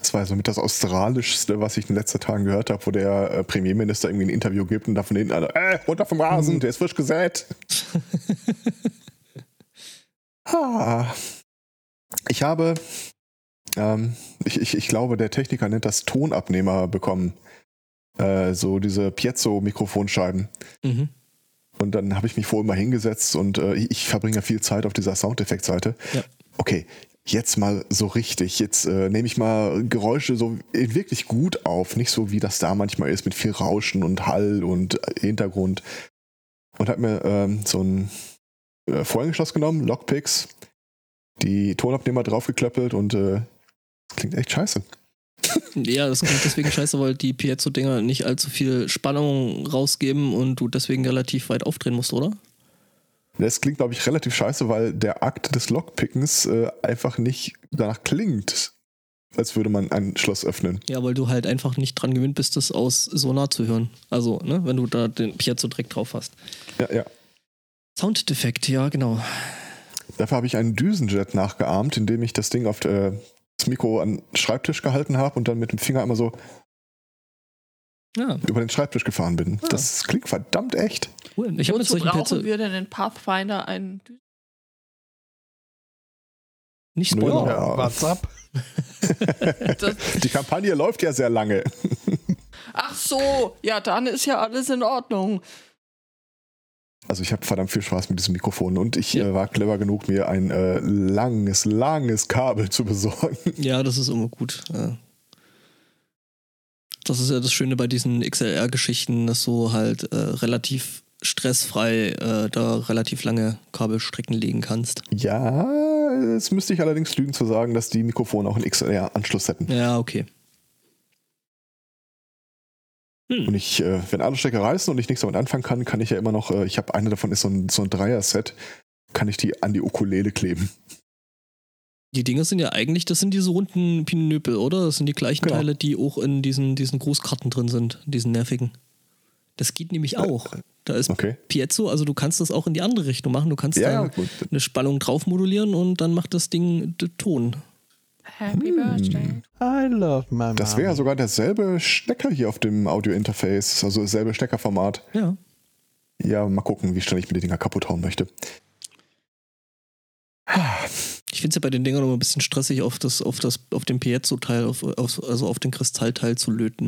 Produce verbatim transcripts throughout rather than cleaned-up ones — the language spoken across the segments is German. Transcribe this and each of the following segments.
Das war so mit das Australischste, was ich in den letzten Tagen gehört habe, wo der äh, Premierminister irgendwie ein Interview gibt und da von hinten alle, äh, runter vom Rasen, der ist frisch gesät. ah. Ich habe, ähm, ich, ich, ich glaube, der Techniker nennt das Tonabnehmer bekommen. Äh, so diese Piezo-Mikrofonscheiben. Mhm. Und dann habe ich mich vorhin mal hingesetzt und äh, ich verbringe viel Zeit auf dieser Soundeffektseite. Ja. Okay, jetzt mal so richtig. Jetzt äh, nehme ich mal Geräusche so wirklich gut auf. Nicht so, wie das da manchmal ist, mit viel Rauschen und Hall und Hintergrund. Und habe mir ähm, so ein äh, Vorhängeschloss genommen, Lockpicks, die Tonabnehmer draufgeklöppelt und äh, das klingt echt scheiße. Ja, das klingt deswegen scheiße, weil die Piezo-Dinger nicht allzu viel Spannung rausgeben und du deswegen relativ weit aufdrehen musst, oder? Das klingt, glaube ich, relativ scheiße, weil der Akt des Lockpickens äh, einfach nicht danach klingt, als würde man ein Schloss öffnen. Ja, weil du halt einfach nicht dran gewöhnt bist, das aus so nah zu hören. Also, ne, wenn du da den Piezo direkt drauf hast. Ja, ja. Sounddefekt, ja, genau. Dafür habe ich einen Düsenjet nachgeahmt, indem ich das Ding auf äh, das Mikro an den Schreibtisch gehalten habe und dann mit dem Finger immer so ja. über den Schreibtisch gefahren bin. Ja. Das klingt verdammt echt. Cool. Ich Wozu brauchen Plätze wir denn in Pathfinder einen Düsen? Nicht Spoiler. Ja. WhatsApp. Die Kampagne läuft ja sehr lange. Ach so, ja, dann ist ja alles in Ordnung. Also ich habe verdammt viel Spaß mit diesem Mikrofon und ich ja. äh, war clever genug, mir ein äh, langes, langes Kabel zu besorgen. Ja, das ist immer gut. Ja. Das ist ja das Schöne bei diesen X L R-Geschichten, dass du halt äh, relativ stressfrei äh, da relativ lange Kabelstrecken legen kannst. Ja, jetzt müsste ich allerdings lügen zu sagen, dass die Mikrofone auch einen X L R-Anschluss hätten. Ja, okay. Hm. Und ich, äh, wenn alle Stecker reißen und ich nichts damit anfangen kann, kann ich ja immer noch, äh, ich habe eine davon ist so ein, so ein Dreier-Set, kann ich die an die Ukulele kleben. Die Dinger sind ja eigentlich, das sind diese runden Pinöpel, oder? Das sind die gleichen genau. Teile, die auch in diesen, diesen Grußkarten drin sind, diesen nervigen. Das geht nämlich auch. Äh, da ist okay. Piezo, also du kannst das auch in die andere Richtung machen. Du kannst ja, da ja, eine Spannung drauf modulieren und dann macht das Ding den Ton. Happy hm. Birthday. I love my mom. Das wäre sogar derselbe Stecker hier auf dem Audio-Interface, also dasselbe Steckerformat. Ja. Ja, mal gucken, wie schnell ich mir die Dinger kaputt hauen möchte. Ich finde es ja bei den Dingern immer ein bisschen stressig, auf, das, auf, das, auf den Piezo-Teil, auf, auf, also auf den Kristallteil zu löten.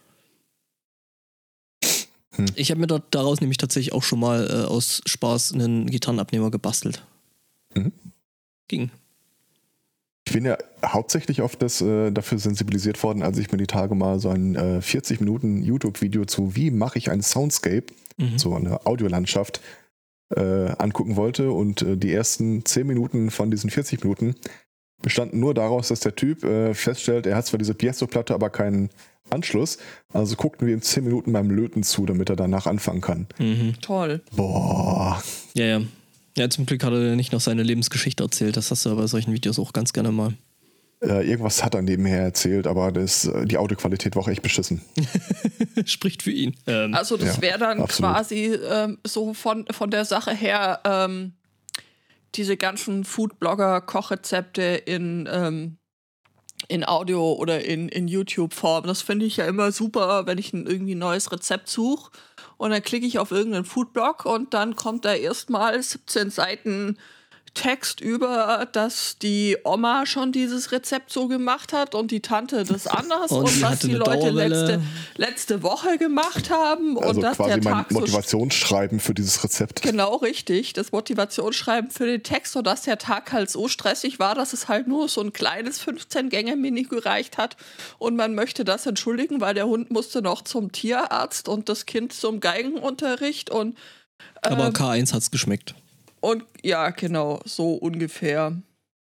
Hm. Ich habe mir dort daraus nämlich tatsächlich auch schon mal äh, aus Spaß einen Gitarrenabnehmer gebastelt. Mhm. Ging. Ich bin ja hauptsächlich auf das äh, dafür sensibilisiert worden, als ich mir die Tage mal so ein äh, vierzig Minuten YouTube-Video zu wie mache ich ein Soundscape, mhm. so eine Audiolandschaft, äh, angucken wollte. Und äh, die ersten zehn Minuten von diesen vierzig Minuten bestanden nur daraus, dass der Typ äh, feststellt, er hat zwar diese Piezo-Platte, aber keinen Anschluss. Also guckten wir ihm zehn Minuten beim Löten zu, damit er danach anfangen kann. Mhm. Toll. Boah. Ja, ja. Ja, zum Glück hat er nicht noch seine Lebensgeschichte erzählt. Das hast du ja bei solchen Videos auch ganz gerne mal. Äh, irgendwas hat er nebenher erzählt, aber das, die Audioqualität war auch echt beschissen. Spricht für ihn. Ähm, also das ja, wäre dann absolut. quasi ähm, so von, von der Sache her ähm, diese ganzen Foodblogger-Kochrezepte in, ähm, in Audio oder in, in YouTube-Form. Das finde ich ja immer super, wenn ich ein irgendwie neues Rezept suche. Und dann klicke ich auf irgendeinen Foodblog und dann kommt da erstmal siebzehn Seiten Text über, dass die Oma schon dieses Rezept so gemacht hat und die Tante das anders und, und was die Leute letzte, letzte Woche gemacht haben. Also und dass quasi der mein Tag Motivationsschreiben so für dieses Rezept. Genau, richtig. Das Motivationsschreiben für den Text und dass der Tag halt so stressig war, dass es halt nur so ein kleines fünfzehn-Gänge-Menü gereicht hat und man möchte das entschuldigen, weil der Hund musste noch zum Tierarzt und das Kind zum Geigenunterricht und äh, aber K eins hat's geschmeckt. Und ja, genau, so ungefähr.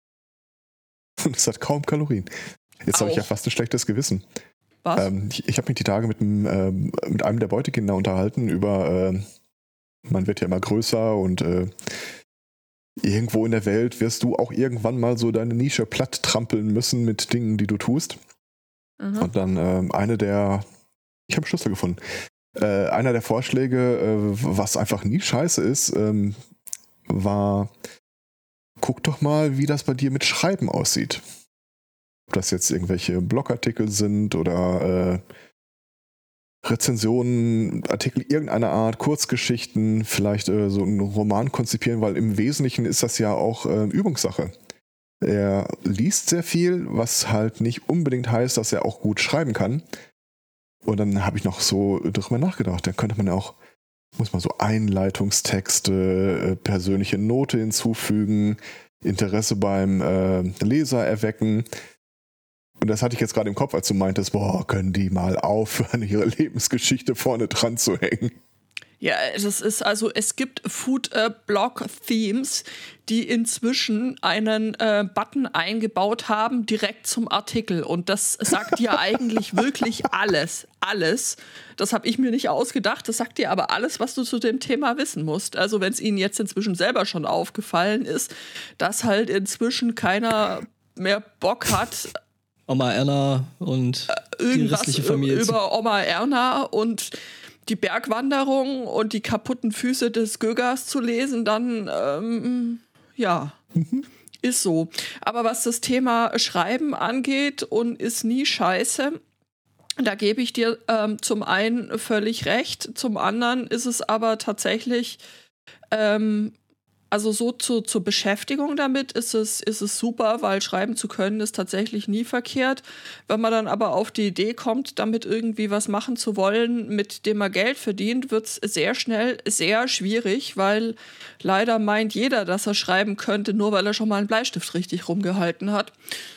Und es hat kaum Kalorien. Jetzt habe ich ja fast ein schlechtes Gewissen. Was? Ähm, ich ich habe mich die Tage mit, einem, ähm, mit einem der Beutekinder unterhalten über, äh, man wird ja immer größer und äh, irgendwo in der Welt wirst du auch irgendwann mal so deine Nische platt trampeln müssen mit Dingen, die du tust. Mhm. Und dann ähm, eine der, ich habe Schlüssel gefunden, äh, einer der Vorschläge, äh, was einfach nie scheiße ist, ähm, war, guck doch mal, wie das bei dir mit Schreiben aussieht. Ob das jetzt irgendwelche Blogartikel sind oder äh, Rezensionen, Artikel irgendeiner Art, Kurzgeschichten, vielleicht äh, so einen Roman konzipieren, weil im Wesentlichen ist das ja auch äh, Übungssache. Er liest sehr viel, was halt nicht unbedingt heißt, dass er auch gut schreiben kann. Und dann habe ich noch so drüber nachgedacht, da könnte man ja auch, muss man so Einleitungstexte, äh, persönliche Note hinzufügen, Interesse beim äh, Leser erwecken. Und das hatte ich jetzt gerade im Kopf, als du meintest, boah, können die mal aufhören, ihre Lebensgeschichte vorne dran zu hängen. Ja, das ist also, es gibt Food-Blog-Themes, die inzwischen einen äh, Button eingebaut haben, direkt zum Artikel. Und das sagt dir eigentlich wirklich alles. Alles. Das habe ich mir nicht ausgedacht. Das sagt dir aber alles, was du zu dem Thema wissen musst. Also wenn es Ihnen jetzt inzwischen selber schon aufgefallen ist, dass halt inzwischen keiner mehr Bock hat, Oma Erna und äh, die restliche Familie über Oma Erna und die Bergwanderung und die kaputten Füße des Gögers zu lesen, dann, ähm, ja, mhm. ist so. Aber was das Thema Schreiben angeht und ist nie scheiße, da gebe ich dir ähm, zum einen völlig recht, zum anderen ist es aber tatsächlich, ähm, also so zu, zur Beschäftigung damit ist es, ist es super, weil schreiben zu können ist tatsächlich nie verkehrt. Wenn man dann aber auf die Idee kommt, damit irgendwie was machen zu wollen, mit dem man Geld verdient, wird es sehr schnell sehr schwierig, weil leider meint jeder, dass er schreiben könnte, nur weil er schon mal einen Bleistift richtig rumgehalten hat.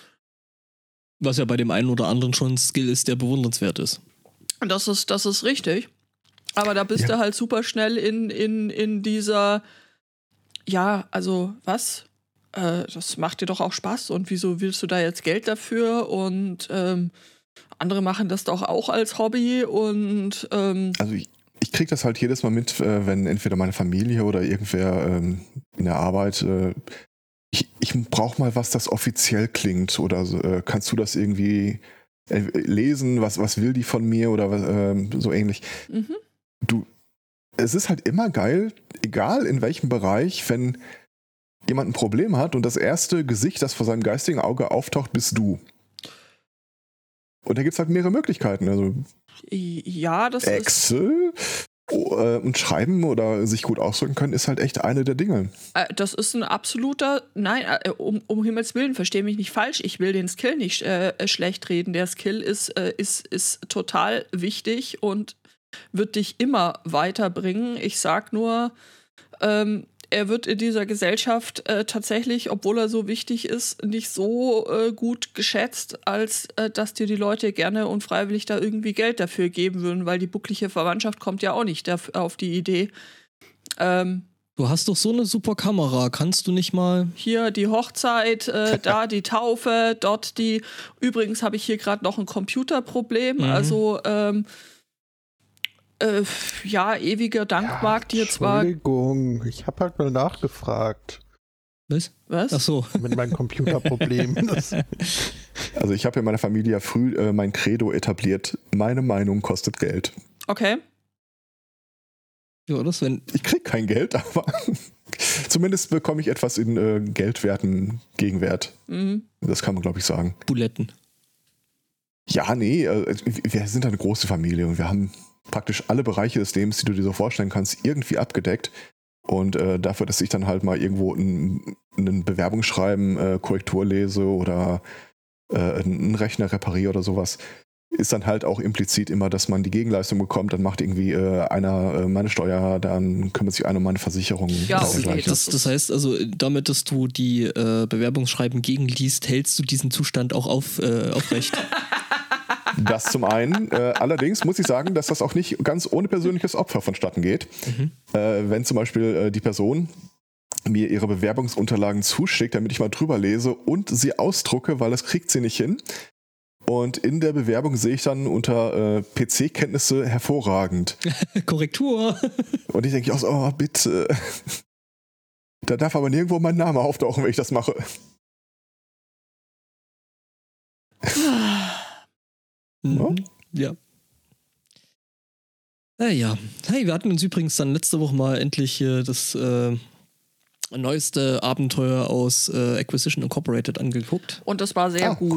Was ja bei dem einen oder anderen schon ein Skill ist, der bewundernswert ist. Das ist, das ist richtig. Aber da bist ja. du halt super schnell in, in, in dieser... Ja, also was? Äh, das macht dir doch auch Spaß und wieso willst du da jetzt Geld dafür? Und ähm, andere machen das doch auch als Hobby und ähm also ich, ich kriege das halt jedes Mal mit, äh, wenn entweder meine Familie oder irgendwer ähm, in der Arbeit äh, ich, ich brauche mal was, das offiziell klingt oder äh, kannst du das irgendwie äh, lesen, was, was will die von mir oder äh, so ähnlich. Mhm. Du Es ist halt immer geil, egal in welchem Bereich, wenn jemand ein Problem hat und das erste Gesicht, das vor seinem geistigen Auge auftaucht, bist du. Und da gibt es halt mehrere Möglichkeiten. Also ja, das Excel ist äh, und Schreiben oder sich gut ausdrücken können, ist halt echt eine der Dinge. Äh, das ist ein absoluter, nein, äh, um, um Himmels Willen, verstehe mich nicht falsch, ich will den Skill nicht äh, schlecht reden. Der Skill ist, äh, ist, ist total wichtig und wird dich immer weiterbringen. Ich sag nur, ähm, er wird in dieser Gesellschaft äh, tatsächlich, obwohl er so wichtig ist, nicht so äh, gut geschätzt, als äh, dass dir die Leute gerne und freiwillig da irgendwie Geld dafür geben würden, weil die bucklige Verwandtschaft kommt ja auch nicht dafür, auf die Idee. Ähm, du hast doch so eine super Kamera, kannst du nicht mal... Hier die Hochzeit, äh, da die Taufe, dort die... Übrigens habe ich hier gerade noch ein Computerproblem, mhm. also... Ähm, Äh, ja, ewiger Dank ja, mag dir zwar... Entschuldigung, ich habe halt mal nachgefragt. Was? Was? Ach so. Mit meinem Computerproblem. Also ich habe in meiner Familie ja früh äh, mein Credo etabliert. Meine Meinung kostet Geld. Okay. Ja, das wenn... Ich krieg kein Geld, aber zumindest bekomme ich etwas in äh, geldwerten Gegenwert. Mhm. Das kann man, glaube ich, sagen. Buletten. Ja, nee, äh, wir sind eine große Familie und wir haben praktisch alle Bereiche des Lebens, die du dir so vorstellen kannst, irgendwie abgedeckt. Und äh, dafür, dass ich dann halt mal irgendwo ein, ein Bewerbungsschreiben, äh, Korrektur lese oder äh, einen Rechner repariere oder sowas, ist dann halt auch implizit immer, dass man die Gegenleistung bekommt. Dann macht irgendwie äh, einer äh, meine Steuer, dann kümmert sich einer um meine Versicherung. Ja, okay. das, das heißt also, damit, dass du die äh, Bewerbungsschreiben gegenliest, hältst du diesen Zustand auch auf, äh, aufrecht. Das zum einen. Äh, allerdings muss ich sagen, dass das auch nicht ganz ohne persönliches Opfer vonstatten geht. Mhm. Äh, wenn zum Beispiel äh, die Person mir ihre Bewerbungsunterlagen zuschickt, damit ich mal drüber lese und sie ausdrucke, weil das kriegt sie nicht hin. Und in der Bewerbung sehe ich dann unter äh, P C-Kenntnisse hervorragend. Korrektur. Und ich denke auch so, oh, bitte. Da darf aber nirgendwo mein Name auftauchen, wenn ich das mache. Mhm. Ja. Äh, ja. Hey, wir hatten uns übrigens dann letzte Woche mal endlich äh, das äh, neueste Abenteuer aus äh, Acquisition Incorporated angeguckt. Und das war sehr ah, gut. Cool.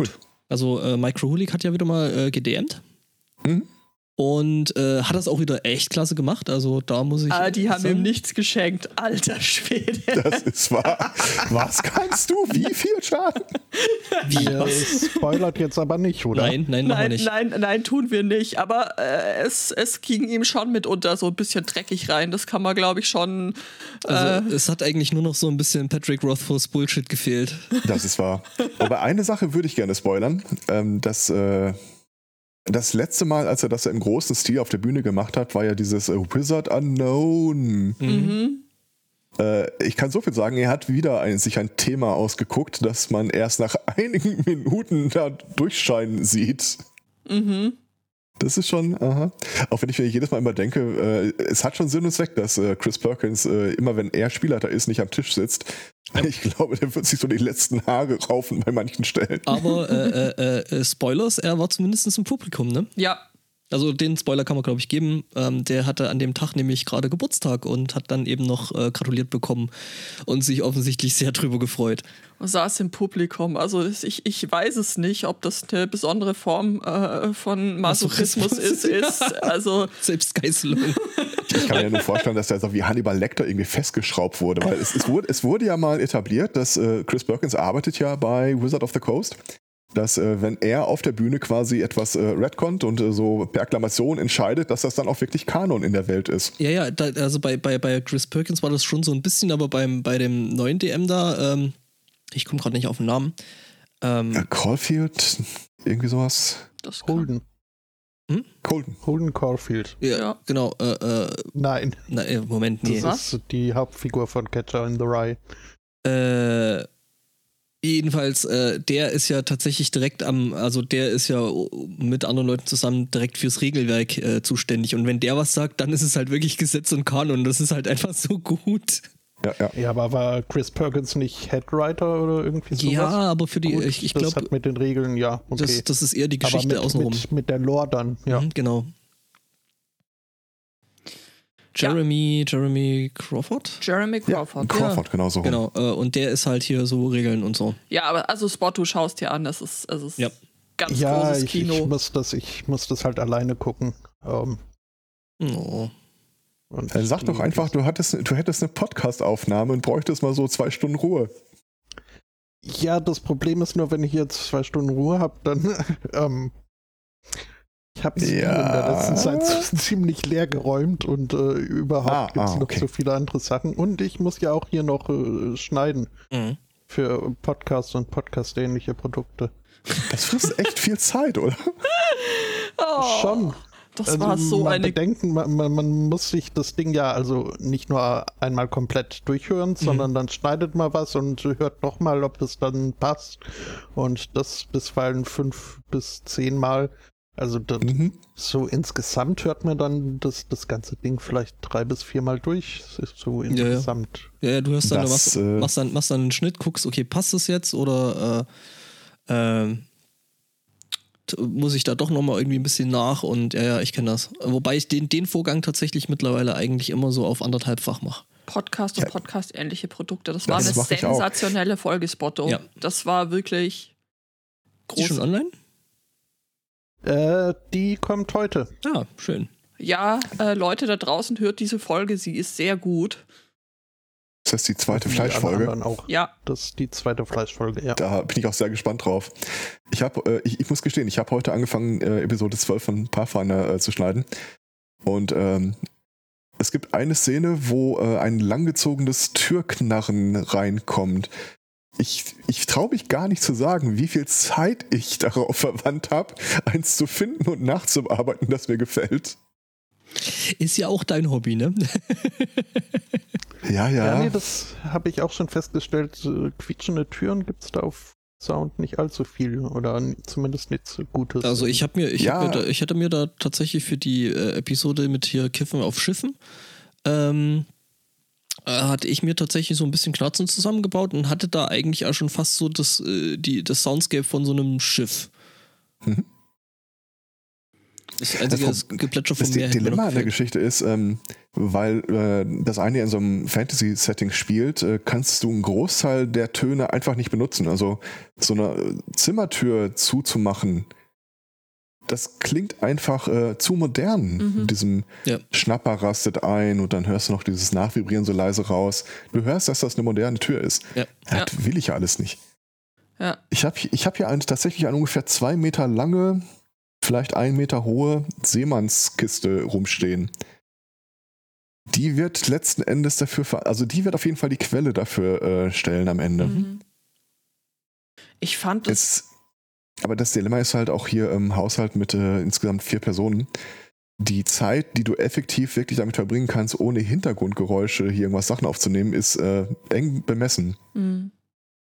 Also äh, Mike Krahulik hat ja wieder mal äh, gedä emt. Mhm. Und äh, hat das auch wieder echt klasse gemacht. Also da muss ich. Ah, die haben sagen, ihm nichts geschenkt. Alter Schwede. Das ist wahr. Was kannst du? Wie viel Schaden? Ihr spoilert jetzt aber nicht, oder? Nein, nein, machen wir Nein, nicht. nein, nein, tun wir nicht. Aber äh, es, es ging ihm schon mitunter so ein bisschen dreckig rein. Das kann man, glaube ich, schon. Äh, Also es hat eigentlich nur noch so ein bisschen Patrick Rothfuss Bullshit gefehlt. Das ist wahr. Aber eine Sache würde ich gerne spoilern. Ähm, das, äh, das letzte Mal, als er das im großen Stil auf der Bühne gemacht hat, war ja dieses äh, Wizard Unknown. mhm. Äh, ich kann so viel sagen, er hat wieder ein, sich ein Thema ausgeguckt, das man erst nach einigen Minuten da durchscheinen sieht. Mhm. Das ist schon, aha. Auch wenn ich mir jedes Mal immer denke, äh, es hat schon Sinn und Zweck, dass äh, Chris Perkins äh, immer, wenn er Spielleiter ist, nicht am Tisch sitzt. Ich glaube, der wird sich so die letzten Haare raufen bei manchen Stellen. Aber äh, äh, äh, Spoilers, er war zumindest im Publikum, ne? Ja. Also den Spoiler kann man, glaube ich, geben. Ähm, der hatte an dem Tag nämlich gerade Geburtstag und hat dann eben noch äh, gratuliert bekommen und sich offensichtlich sehr drüber gefreut. Und saß im Publikum. Also ich, ich weiß es nicht, ob das eine besondere Form äh, von Masochismus ist, ist. Also Selbstgeißelung. Ich kann mir ja nur vorstellen, dass der so wie Hannibal Lecter irgendwie festgeschraubt wurde, weil es, es, wurde, es wurde ja mal etabliert, dass äh, Chris Perkins arbeitet ja bei Wizard of the Coast, dass äh, wenn er auf der Bühne quasi etwas äh, retconnt und äh, so per Akklamation entscheidet, dass das dann auch wirklich Kanon in der Welt ist. Ja, ja, da, also bei, bei, bei Chris Perkins war das schon so ein bisschen, aber beim, bei dem neuen D M da, ähm, ich komme gerade nicht auf den Namen. Ähm, Äh, Caulfield, irgendwie sowas. das kann- Holden. Colton. Holden Caulfield. ja, Ja. genau. Äh, äh, Nein, na, äh, Moment, nee. Was? das ist die Hauptfigur von Catcher in the Rye. Äh, jedenfalls, äh, der ist ja tatsächlich direkt am, also der ist ja mit anderen Leuten zusammen direkt fürs Regelwerk äh, zuständig. Und wenn der was sagt, dann ist es halt wirklich Gesetz und Kanon. Das ist halt einfach so gut. Ja, ja. Ja, aber war Chris Perkins nicht Headwriter oder irgendwie sowas? Ja, aber für die, Gut, ich, ich das glaube, hat mit den Regeln, ja, okay. das, das ist eher die aber Geschichte mit, außenrum. mit, mit der Lore dann, ja. Mhm, genau. Jeremy, Jeremy Crawford? Jeremy Ja, Crawford. Crawford, genau so. Genau, äh, und der ist halt hier so Regeln und so. Ja, aber also Spot, du schaust dir an, das ist, es ist Ja. ganz Ja, großes ich, Kino. ich, muss das, ich muss das halt alleine gucken. Ähm, Oh. und Dann sag doch die- einfach, du, hattest, du hättest eine Podcast-Aufnahme und bräuchtest mal so zwei Stunden Ruhe. Ja, das Problem ist nur, wenn ich jetzt zwei Stunden Ruhe habe, dann ähm, ich habe es Ja. in der letzten Zeit so ziemlich leer geräumt und äh, überhaupt Ah, gibt es ah, noch okay. so viele andere Sachen. Und ich muss ja auch hier noch äh, schneiden Mhm. für Podcasts und Podcast-ähnliche Produkte. Das frisst echt viel Zeit, oder? Oh, Schon. Das Also war so man eine. bedenken, man, man, man muss sich das Ding ja also nicht nur einmal komplett durchhören, sondern dann schneidet man was und hört nochmal, ob es dann passt. Und das bisweilen fünf bis zehn Mal. Also das, Mhm. so insgesamt hört man dann das, das ganze Ding vielleicht drei bis viermal durch. Das ist so Ja, ja. insgesamt. Ja, ja, du hörst dann, Das, du machst, äh, machst, dann, machst dann einen Schnitt, guckst, okay, passt es jetzt oder äh, ähm, t- muss ich da doch nochmal irgendwie ein bisschen nach und ja, ja, ich kenne das. Wobei ich den, den Vorgang tatsächlich mittlerweile eigentlich immer so auf anderthalbfach mache. Podcast und Podcast-ähnliche Produkte. Das war Das eine mach ich auch. sensationelle Folge, Spotto. Ja. Das war wirklich Ist die groß. schon online? Äh, die kommt heute. Ja, schön. Ja, äh, Leute da draußen, hört diese Folge, sie ist sehr gut. Das heißt die zweite Die alle Fleischfolge. anderen auch. Ja, Das ist die zweite Fleischfolge, ja. Da bin ich auch sehr gespannt drauf. Ich, hab, äh, ich, ich muss gestehen, ich habe heute angefangen, äh, Episode zwölf von Pathfinder äh, zu schneiden. Und ähm, es gibt eine Szene, wo äh, ein langgezogenes Türknarren reinkommt. Ich, ich traue mich gar nicht zu sagen, wie viel Zeit ich darauf verwandt habe, eins zu finden und nachzuarbeiten, das mir gefällt. Ist ja auch dein Hobby, ne? Ja, ja. Ja, nee, das habe ich auch schon festgestellt. äh, Quietschende Türen gibt es da auf Sound nicht allzu viel oder n- zumindest nichts so Gutes. Also ich habe mir, ich, Ja. hab mir da, ich hatte mir da tatsächlich für die äh, Episode mit hier Kiffen auf Schiffen, ähm, äh, hatte ich mir tatsächlich so ein bisschen Knarzen zusammengebaut und hatte da eigentlich auch schon fast so das, äh, die, das Soundscape von so einem Schiff. Mhm. Es Das einzige Das das Geplätscher vom Das Meer. hätte mir Dilemma noch an der gefehlt. Geschichte ist, ähm, weil äh, das eine in so einem Fantasy-Setting spielt, äh, kannst du einen Großteil der Töne einfach nicht benutzen. Also so eine Zimmertür zuzumachen, das klingt einfach äh, zu modern. Mhm. Mit diesem Ja. Schnapper rastet ein und dann hörst du noch dieses Nachvibrieren so leise raus. Du hörst, dass das eine moderne Tür ist. Ja. Das will ich ja alles nicht. Ja. Ich habe ich hab hier eine, tatsächlich eine ungefähr zwei Meter lange, vielleicht ein Meter hohe Seemannskiste rumstehen. Die wird letzten Endes dafür, ver- also die wird auf jeden Fall die Quelle dafür äh, stellen am Ende. Mhm. Ich fand es. Es, aber das Dilemma ist halt auch hier im Haushalt mit äh, insgesamt vier Personen. Die Zeit, die du effektiv wirklich damit verbringen kannst, ohne Hintergrundgeräusche hier irgendwas Sachen aufzunehmen, ist äh, eng bemessen. Mhm.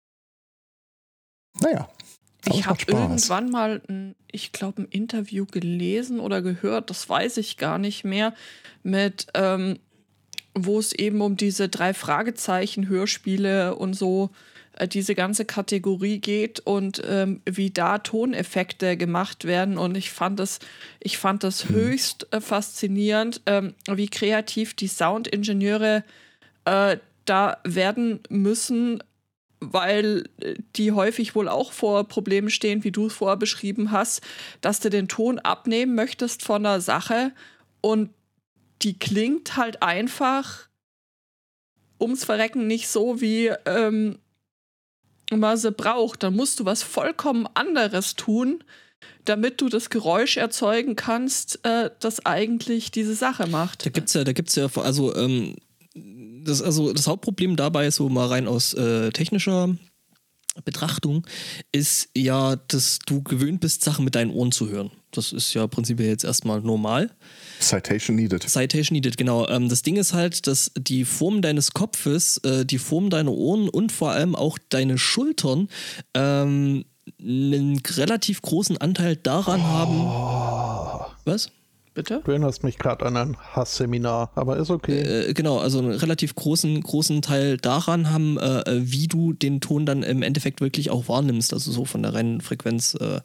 Naja. aber Ich es habe macht Spaß. irgendwann mal, ein, ich glaube, ein Interview gelesen oder gehört, das weiß ich gar nicht mehr, mit, ähm, wo es eben um diese drei Fragezeichen Hörspiele und so, äh, diese ganze Kategorie geht und ähm, wie da Toneffekte gemacht werden. Und ich fand das, ich fand das Mhm. höchst äh, faszinierend, ähm, wie kreativ die Soundingenieure äh, da werden müssen, weil äh, die häufig wohl auch vor Problemen stehen, wie du es vorher beschrieben hast, dass du den Ton abnehmen möchtest von einer Sache und die klingt halt einfach ums Verrecken nicht so, wie ähm, man sie braucht. Dann musst du was vollkommen anderes tun, damit du das Geräusch erzeugen kannst, äh, das eigentlich diese Sache macht. Da gibt's ja, da gibt's ja, also, ähm, das, also das Hauptproblem dabei, so mal rein aus äh, technischer Betrachtung, ist ja, dass du gewöhnt bist, Sachen mit deinen Ohren zu hören. Das ist ja prinzipiell jetzt erstmal normal. Citation needed. Citation needed, genau. Ähm, das Ding ist halt, dass die Form deines Kopfes, äh, die Form deiner Ohren und vor allem auch deine Schultern ähm, einen relativ großen Anteil daran haben. Oh, Was? Bitte? du erinnerst mich gerade an ein Hassseminar, aber ist okay. Äh, genau, also einen relativ großen, großen Teil daran haben, äh, wie du den Ton dann im Endeffekt wirklich auch wahrnimmst, also so von der reinen Frequenz. Äh,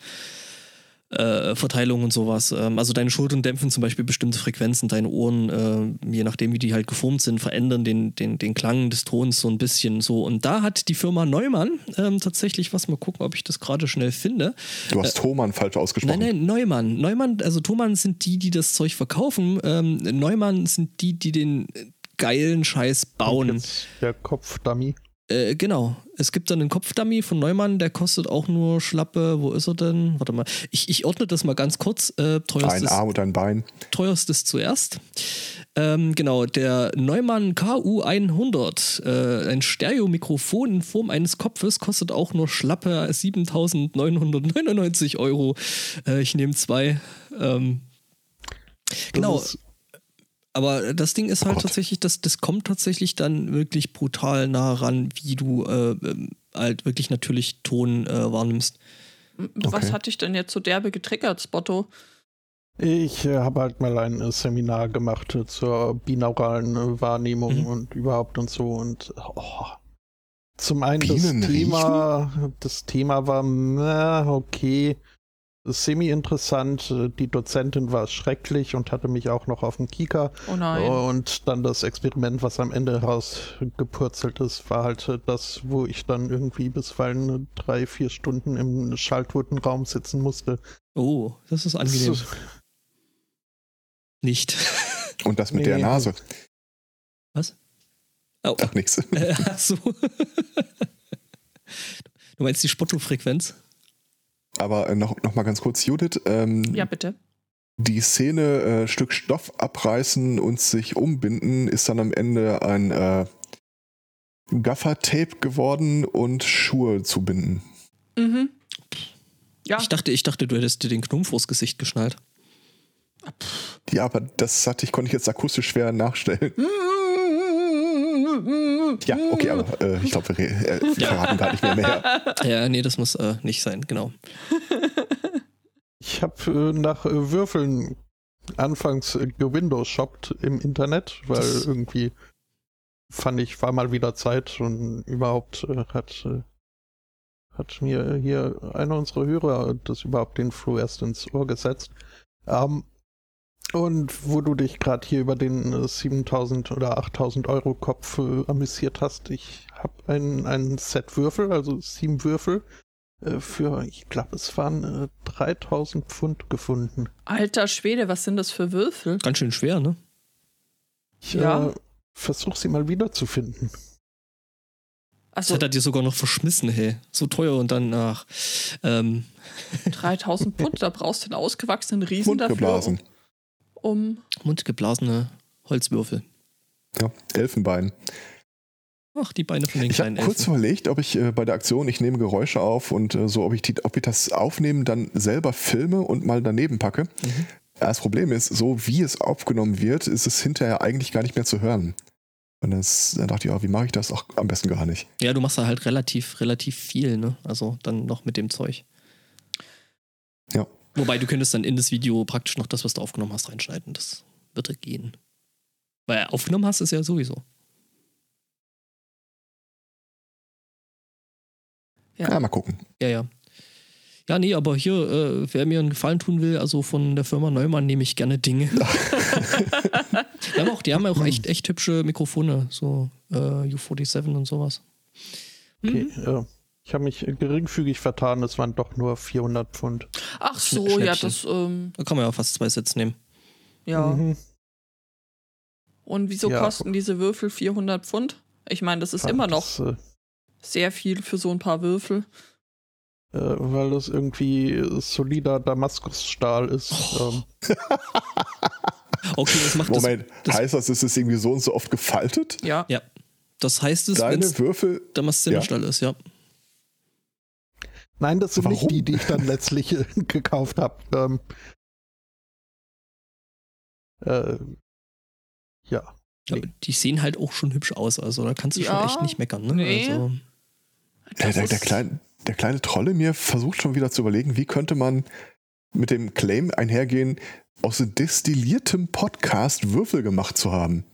äh, Verteilung und sowas. Ähm, also deine Schultern dämpfen zum Beispiel bestimmte Frequenzen, deine Ohren, äh, je nachdem wie die halt geformt sind, verändern den, den, den Klang des Tons so ein bisschen so. Und da hat die Firma Neumann ähm, tatsächlich was, mal gucken, ob ich das gerade schnell finde. Du hast Thomann falsch ausgesprochen. Nein, nein, Neumann. Neumann, also Thomann sind die, die das Zeug verkaufen. Ähm, Neumann sind die, die den geilen Scheiß bauen. Und jetzt der Kopfdummy. Äh, genau. Es gibt dann einen Kopfdummy von Neumann, der kostet auch nur schlappe, wo ist er denn? Warte mal. Ich, ich ordne das mal ganz kurz. Äh, Ein teuerstes, Arm und ein Bein. teuerstes zuerst. Ähm, genau, der Neumann K U hundert, äh, ein Stereomikrofon in Form eines Kopfes, kostet auch nur schlappe siebentausendneunhundertneunundneunzig Euro. Äh, ich nehme zwei. Ähm, genau. Das ist, Aber das Ding ist Oh halt Gott. tatsächlich, das, das kommt tatsächlich dann wirklich brutal nah ran, wie du äh, ähm, halt wirklich natürlich Ton äh, wahrnimmst. Was Okay. hat dich denn jetzt so derbe getriggert, Spotto? ich äh, habe halt mal ein äh, Seminar gemacht äh, zur binauralen äh, Wahrnehmung Mhm. und überhaupt und so. Und oh, zum einen Bienen das Thema, das Thema war, na, okay, semi-interessant. Äh, Die Dozentin war schrecklich und hatte mich auch noch auf dem Kieker. Oh nein. Und dann das Experiment, was am Ende rausgepurzelt ist, war halt äh, das, wo ich dann irgendwie bisweilen drei, vier Stunden im Schalltotenraum sitzen musste. Oh, das ist angenehm. Das- Nicht. Und das mit Nee. der Nase. Was? Oh, Ach, nix. äh, ach so. Du meinst die Spotto-Frequenz? Aber äh, noch, noch mal ganz kurz, Judith. Ähm, Ja, bitte. Die Szene äh, Stück Stoff abreißen und sich umbinden ist dann am Ende ein äh, Gaffer-Tape geworden und Schuhe zu binden. Mhm. Ja, Ich dachte, ich dachte, du hättest dir den Knumpf vors Gesicht geschnallt. Ja, aber das hatte ich, konnte ich jetzt akustisch schwer nachstellen. Ja, okay, aber äh, ich glaube, wir, re- äh, wir verraten gar nicht mehr mehr. Ja, nee, das muss äh, nicht sein, genau. Ich habe äh, nach äh, Würfeln anfangs äh, gewindowshoppt im Internet, weil Das- irgendwie fand ich, war mal wieder Zeit und überhaupt äh, hat, äh, hat mir hier einer unserer Hörer das überhaupt den Floh erst ins Ohr gesetzt. Ähm, Und wo du dich gerade hier über den äh, siebentausend oder achttausend Euro Kopf äh, amüsiert hast, ich habe ein, ein Set Würfel, also sieben Würfel, äh, für, ich glaube, es waren äh, dreitausend Pfund gefunden. Alter Schwede, was sind das für Würfel? Ganz schön schwer, ne? Ich Ja. äh, versuche sie mal wiederzufinden. Das Also hat er dir sogar noch verschmissen, hey. So teuer und dann nach. Ähm, dreitausend Pfund, da brauchst du einen ausgewachsenen Riesen Mund dafür, geblasen. um... mundgeblasene Holzwürfel. Ja, Elfenbein. Ach, die Beine von den Ich habe kleinen kurz Elfen. überlegt, ob ich äh, bei der Aktion, ich nehme Geräusche auf und äh, so, ob ich, die, ob ich das Aufnehmen dann selber filme und mal daneben packe. Mhm. Das Problem ist, so wie es aufgenommen wird, ist es hinterher eigentlich gar nicht mehr zu hören. Und das, dann dachte ich, oh, wie mache ich das? Auch am besten gar nicht. Ja, du machst da halt relativ, relativ viel, ne? Also dann noch mit dem Zeug. Ja. Wobei du könntest dann in das Video praktisch noch das, was du aufgenommen hast, reinschneiden. Das würde gehen. Weil aufgenommen hast, ist ja sowieso. Ja. Ja, mal gucken. Ja, ja. Ja, nee, aber hier, äh, wer mir einen Gefallen tun will, also von der Firma Neumann nehme ich gerne Dinge. die haben auch, die haben auch echt, echt hübsche Mikrofone, so äh, U siebenundvierzig und sowas. Okay, Mhm. äh, ich habe mich geringfügig vertan, es waren doch nur vierhundert Pfund. Ach so, Schnäppchen. ja, das, ähm, Da kann man ja fast zwei Sets nehmen. ja. Mhm. Und wieso Ja. kosten diese Würfel vierhundert Pfund? Ich meine, das ist immer noch Das, äh, sehr viel für so ein paar Würfel. äh, weil das irgendwie solider Damaskusstahl ist. Oh. Ähm, Okay, das macht Moment, das- heißt das, ist es irgendwie so und so oft gefaltet? Ja. das. Ja. Das heißt es, wenn Deine es Würfel, Damaszenerstahl ist, ja. Nein, das sind Warum? nicht die, die ich dann letztlich äh, gekauft habe. Ähm, äh, ja. Ja, Nee. die sehen halt auch schon hübsch aus, also da kannst du Ja, schon echt nicht meckern, ne? nee. Also, der, Das der, der, ist- kleine, der kleine Troll in mir versucht schon wieder zu überlegen, wie könnte man mit dem Claim einhergehen, aus destilliertem Podcast Würfel gemacht zu haben.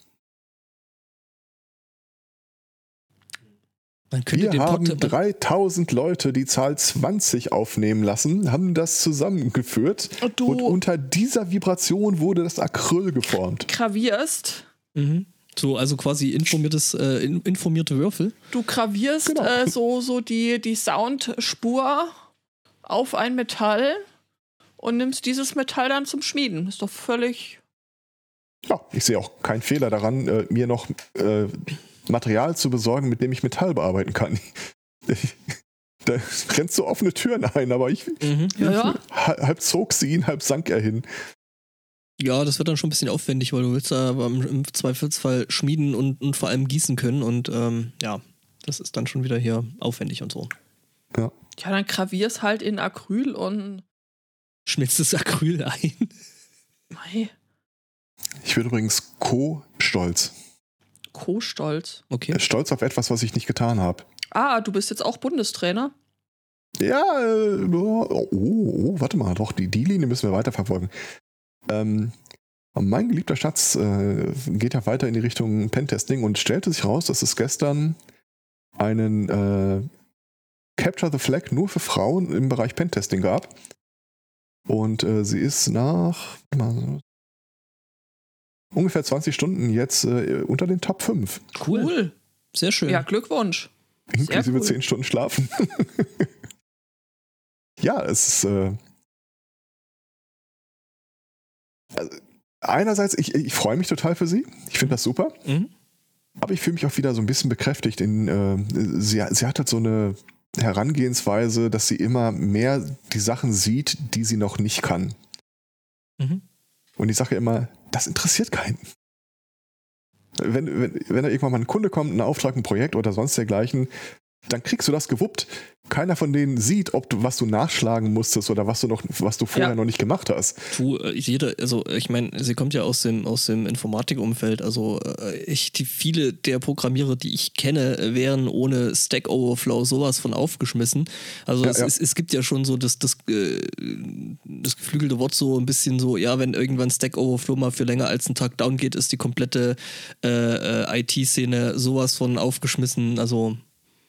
man könnte Wir den haben Pod man, dreitausend Leute die Zahl zwanzig aufnehmen lassen, haben das zusammengeführt Du und unter dieser Vibration wurde das Acryl geformt. gravierst, mhm. So, also quasi informiertes, äh, in- informierte Würfel. du gravierst Genau. äh, so, so die, die Soundspur auf ein Metall und nimmst dieses Metall dann zum Schmieden. Ist doch völlig... Ja, ich sehe auch keinen Fehler daran, äh, mir noch äh, Material zu besorgen, mit dem ich Metall bearbeiten kann. Da rennst du offene Türen ein, aber ich Mhm. Ja, ja. ha- halb zog sie ihn, halb sank er hin. Ja, das wird dann schon ein bisschen aufwendig, weil du willst da im, im Zweifelsfall schmieden und, und vor allem gießen können und ähm, ja, das ist dann schon wieder hier aufwendig und so. Ja, dann gravierst halt in Acryl und... Schmilzt das Acryl ein? Mei, Ich bin übrigens co-stolz. Co-Stolz. Okay. Stolz auf etwas, was ich nicht getan habe. Ah, du bist jetzt auch Bundestrainer? Ja, äh, oh, oh, warte mal, doch, die, die Linie müssen wir weiterverfolgen. Ähm, mein geliebter Schatz äh, geht ja weiter in die Richtung Pentesting und stellte sich raus, dass es gestern einen äh, Capture the Flag nur für Frauen im Bereich Pentesting gab. Und äh, sie ist nach warte mal, ungefähr zwanzig Stunden jetzt äh, unter den Top fünf. Cool. Sehr schön. Ja, Glückwunsch. Inklusive cool. zehn Stunden Schlafen. Ja, es ist äh, also, einerseits, ich, ich freue mich total für sie. Ich finde das super. Mhm. Aber ich fühle mich auch wieder so ein bisschen bekräftigt. In, äh, sie, sie hat halt so eine Herangehensweise, dass sie immer mehr die Sachen sieht, die sie noch nicht kann. Mhm. Und ich sage immer, das interessiert keinen. Wenn, wenn, wenn da irgendwann mal ein Kunde kommt, ein Auftrag, ein Projekt oder sonst dergleichen, dann kriegst du das gewuppt. Keiner von denen sieht, ob du, was du nachschlagen musstest oder was du noch, was du vorher Ja. noch nicht gemacht hast. Du, äh, jede, also ich meine, sie kommt ja aus dem, aus dem Informatikumfeld, also äh, ich, die viele der Programmierer, die ich kenne, äh, wären ohne Stack Overflow sowas von aufgeschmissen. Also Ja, es, ja. Es, es gibt ja schon so das, das, äh, das geflügelte Wort so ein bisschen so, ja, wenn irgendwann Stack Overflow mal für länger als einen Tag down geht, ist die komplette äh, äh, I T-Szene sowas von aufgeschmissen, also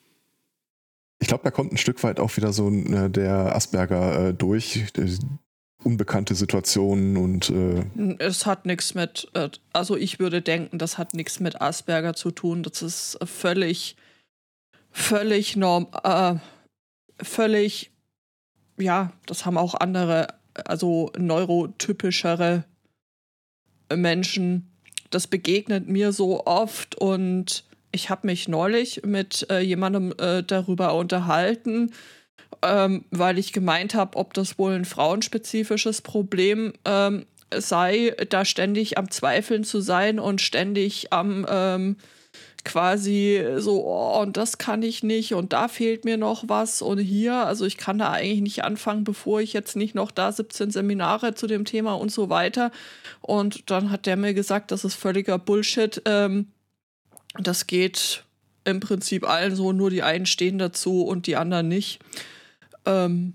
Ich glaube, da kommt ein Stück weit auch wieder so äh, der Asperger äh, durch. unbekannte Situationen und äh es hat nichts mit, äh, also ich würde denken, das hat nichts mit Asperger zu tun. Das ist völlig, völlig norm, äh, völlig, ja, das haben auch andere, also neurotypischere Menschen. Das begegnet mir so oft und ich habe mich neulich mit äh, jemandem äh, darüber unterhalten, ähm, weil ich gemeint habe, ob das wohl ein frauenspezifisches Problem ähm, sei, da ständig am Zweifeln zu sein und ständig am ähm, quasi so, oh, und das kann ich nicht und da fehlt mir noch was und hier, also ich kann da eigentlich nicht anfangen, bevor ich jetzt nicht noch da siebzehn Seminare zu dem Thema und so weiter. Und dann hat der mir gesagt, das ist völliger Bullshit. Ähm, das geht im Prinzip allen so, nur die einen stehen dazu und die anderen nicht. Ähm,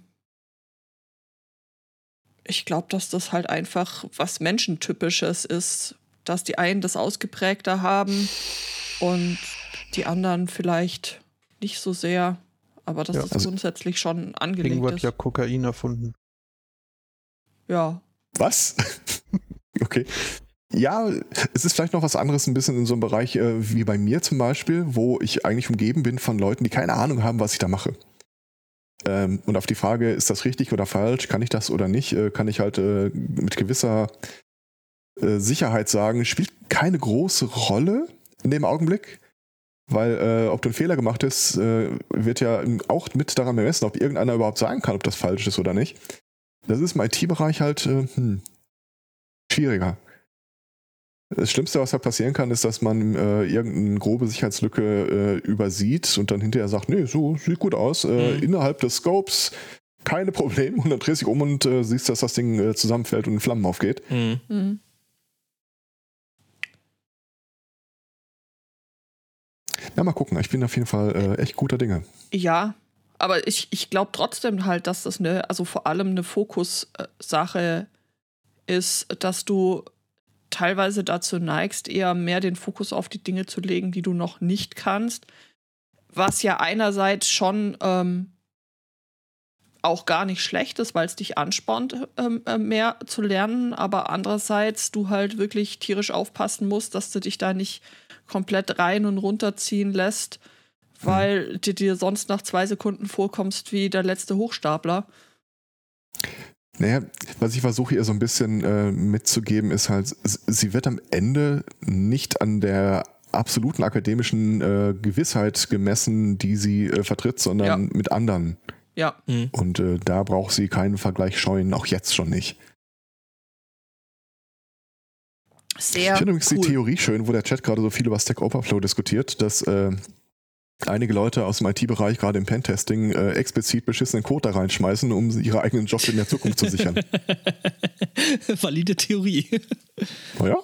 ich glaube, dass das halt einfach was Menschentypisches ist, dass die einen das ausgeprägter haben und die anderen vielleicht nicht so sehr, aber dass Ja, das also grundsätzlich schon Deswegen angelegt wird ist. ja Kokain erfunden. Ja. Was? Okay. Ja, es ist vielleicht noch was anderes ein bisschen in so einem Bereich äh, wie bei mir zum Beispiel, wo ich eigentlich umgeben bin von Leuten, die keine Ahnung haben, was ich da mache. Ähm, und auf die Frage, ist das richtig oder falsch, kann ich das oder nicht, äh, kann ich halt äh, mit gewisser äh, Sicherheit sagen, spielt keine große Rolle in dem Augenblick, weil äh, ob du einen Fehler gemacht hast, äh, wird ja auch mit daran bemessen, ob irgendeiner überhaupt sagen kann, ob das falsch ist oder nicht. Das ist im I T-Bereich halt äh, hm, schwieriger. Das Schlimmste, was da passieren kann, ist, dass man äh, irgendeine grobe Sicherheitslücke äh, übersieht und dann hinterher sagt, nee, so sieht gut aus, äh, Mhm. innerhalb des Scopes keine Probleme und dann drehst du dich um und äh, siehst, dass das Ding äh, zusammenfällt und in Flammen aufgeht. Mhm. Mhm. Ja, mal gucken. Ich bin auf jeden Fall äh, echt guter Dinge. Ja, aber ich, ich glaube trotzdem halt, dass das eine, also vor allem eine Fokussache ist, dass du teilweise dazu neigst, eher mehr den Fokus auf die Dinge zu legen, die du noch nicht kannst, was ja einerseits schon ähm, auch gar nicht schlecht ist, weil es dich anspornt, ähm, äh, mehr zu lernen, aber andererseits du halt wirklich tierisch aufpassen musst, dass du dich da nicht komplett rein und runterziehen lässt, weil du dir sonst nach zwei Sekunden vorkommst wie der letzte Hochstapler. Naja, was ich versuche ihr so ein bisschen äh, mitzugeben, ist halt, s- sie wird am Ende nicht an der absoluten akademischen äh, Gewissheit gemessen, die sie äh, vertritt, sondern Ja. mit anderen. Ja, Mhm. Und äh, da braucht sie keinen Vergleich scheuen, auch jetzt schon nicht. sehr Ich finde übrigens cool. die Theorie schön, wo der Chat gerade so viel über Stack Overflow diskutiert, dass äh, einige Leute aus dem I T-Bereich, gerade im Pentesting, äh, explizit beschissenen Code da reinschmeißen, um ihre eigenen Jobs in der Zukunft zu sichern. Valide Theorie. Naja,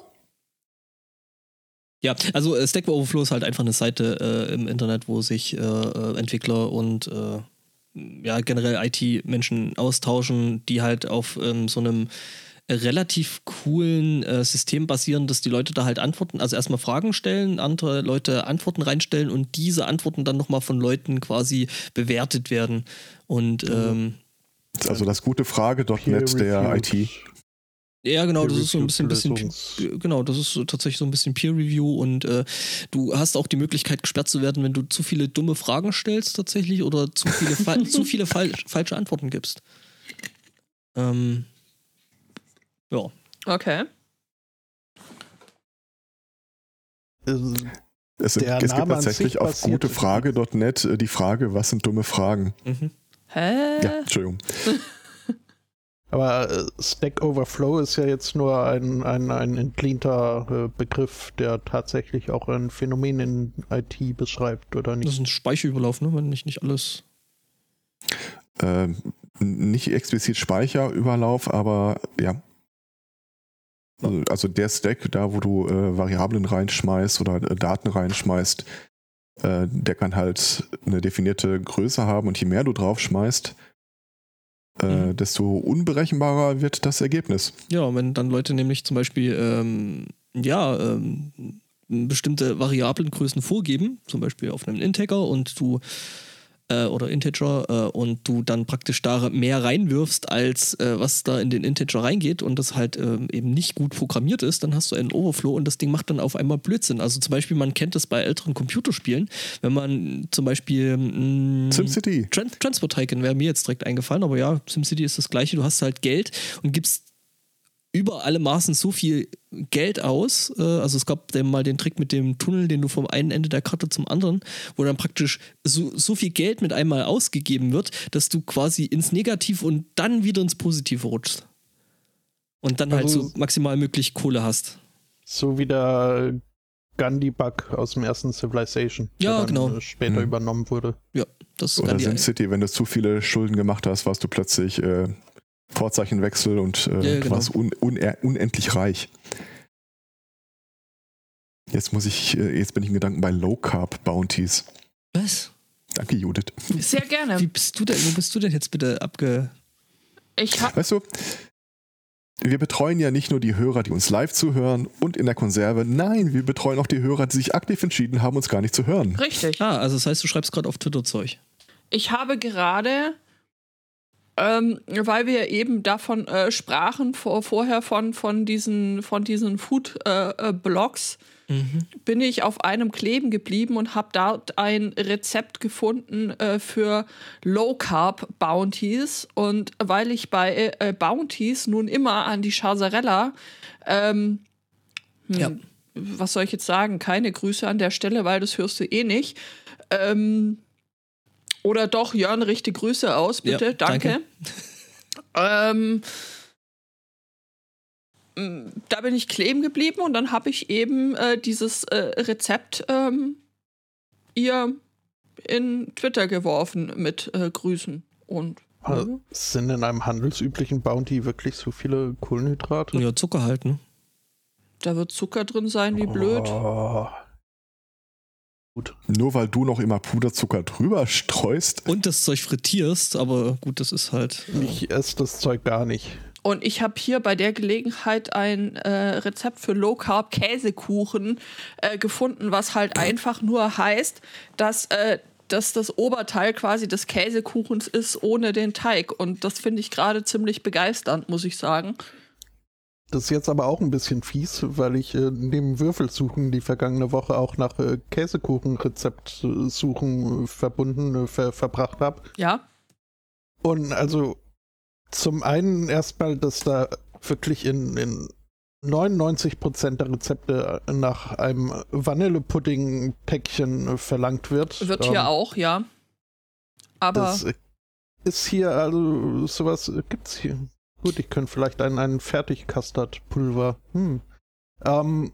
Ja, also äh, Stack Overflow ist halt einfach eine Seite äh, im Internet, wo sich äh, äh, Entwickler und äh, ja, generell I T-Menschen austauschen, die halt auf ähm, so einem relativ coolen äh, System basieren, dass die Leute da halt Antworten, also erstmal Fragen stellen, andere Leute Antworten reinstellen und diese Antworten dann nochmal von Leuten quasi bewertet werden. Und ähm, also das gute Frage Punkt net der I T. ja, genau, das ist so ein bisschen, bisschen Lösungs- genau, das ist so tatsächlich so ein bisschen Peer Review und äh, du hast auch die Möglichkeit gesperrt zu werden, wenn du zu viele dumme Fragen stellst tatsächlich oder zu viele fa- zu viele fal falsche Antworten gibst. Ähm, ja. Okay. Also, Es, Der es gibt Name an tatsächlich sich auf basiert- gutefrage Punkt net äh, die Frage, was sind dumme Fragen? Mhm. Hä? Ja, Entschuldigung. aber äh, Stack Overflow ist ja jetzt nur ein, ein, ein entlehnter äh, Begriff, der tatsächlich auch ein Phänomen in I T beschreibt, oder Das nicht? ist ein Speicherüberlauf, ne? Wenn nicht, nicht alles. Ähm, nicht explizit Speicherüberlauf, aber ja. Also, also der Stack, da wo du äh, Variablen reinschmeißt oder äh, Daten reinschmeißt, äh, der kann halt eine definierte Größe haben und je mehr du draufschmeißt, äh, Mhm. desto unberechenbarer wird das Ergebnis. Ja, wenn dann Leute nämlich zum Beispiel ähm, ja, ähm, bestimmte Variablengrößen vorgeben, zum Beispiel auf einem Integer und du äh, oder Integer äh, und du dann praktisch da mehr reinwirfst, als äh, was da in den Integer reingeht und das halt äh, eben nicht gut programmiert ist, dann hast du einen Overflow und das Ding macht dann auf einmal Blödsinn. Also zum Beispiel, man kennt das bei älteren Computerspielen, wenn man zum Beispiel mh, SimCity. Tran- Transport Tycoon wäre mir jetzt direkt eingefallen, aber ja, SimCity ist das gleiche, du hast halt Geld und gibst über alle Maßen so viel Geld aus. Äh, also es gab mal den Trick mit dem Tunnel, den du vom einen Ende der Karte zum anderen, wo dann praktisch so, so viel Geld mit einmal ausgegeben wird, dass du quasi ins Negative und dann wieder ins Positive rutschst. Und dann halt Also- so maximal möglich Kohle hast. So wie der Gandhi-Bug aus dem ersten Civilization, Ja, der dann genau. äh, später Mhm. übernommen wurde. Ja, das Oder kann die SimCity, wenn du zu viele Schulden gemacht hast, warst du plötzlich äh, Vorzeichenwechsel und äh, Ja, ja, du genau. warst un un unendlich reich. Jetzt muss ich, äh, jetzt bin ich in Gedanken bei Low Carb Bounties. Was? Danke, Judith. Sehr gerne. Wie bist du denn, wo bist du denn jetzt bitte abge... Ich hab, Weißt du, wir betreuen ja nicht nur die Hörer, die uns live zuhören und in der Konserve. Nein, wir betreuen auch die Hörer, die sich aktiv entschieden haben, uns gar nicht zu hören. richtig. Ah, also das heißt, du schreibst gerade auf Twitter Zeug. Ich habe gerade, ähm, weil wir eben davon äh, sprachen, vor, vorher von, von diesen, von diesen Food-Blogs, Mhm. bin ich auf einem kleben geblieben und habe dort ein Rezept gefunden äh, für Low-Carb-Bounties. Und weil ich bei äh, Bounties nun immer an die Chasarella, ähm, hm, Ja. was soll ich jetzt sagen, keine Grüße an der Stelle, weil das hörst du eh nicht. Ähm, oder doch, Jörn, richte Grüße aus, bitte, Ja, danke. ähm, da bin ich kleben geblieben und dann habe ich eben äh, dieses äh, Rezept ähm, ihr in Twitter geworfen mit äh, Grüßen. Und Aber mhm. Sind in einem handelsüblichen Bounty wirklich so viele Kohlenhydrate? Ja, Zucker halt, ne? da wird Zucker drin sein, wie blöd. Oh. Gut. Nur weil du noch immer Puderzucker drüber streust. Und das Zeug frittierst, aber gut, das ist halt... Ich esse das Zeug gar nicht. Und ich habe hier bei der Gelegenheit ein äh, Rezept für Low-Carb-Käsekuchen äh, gefunden, was halt einfach nur heißt, dass, äh, dass das Oberteil quasi des Käsekuchens ist ohne den Teig. Und das finde ich gerade ziemlich begeisternd, muss ich sagen. Das ist jetzt aber auch ein bisschen fies, weil ich äh, neben Würfelsuchen die vergangene Woche auch nach äh, Käsekuchenrezept-Suchen äh, verbunden, äh, ver verbracht habe. Ja, Und also zum einen erstmal, dass da wirklich in, in neunundneunzig Prozent der Rezepte nach einem Vanillepudding-Päckchen verlangt wird. wird Ähm, hier auch, ja. Aber Das ist hier, also sowas gibt's hier. Gut, ich könnte vielleicht einen, einen Fertig-Custard-Pulver. Hm. Ähm,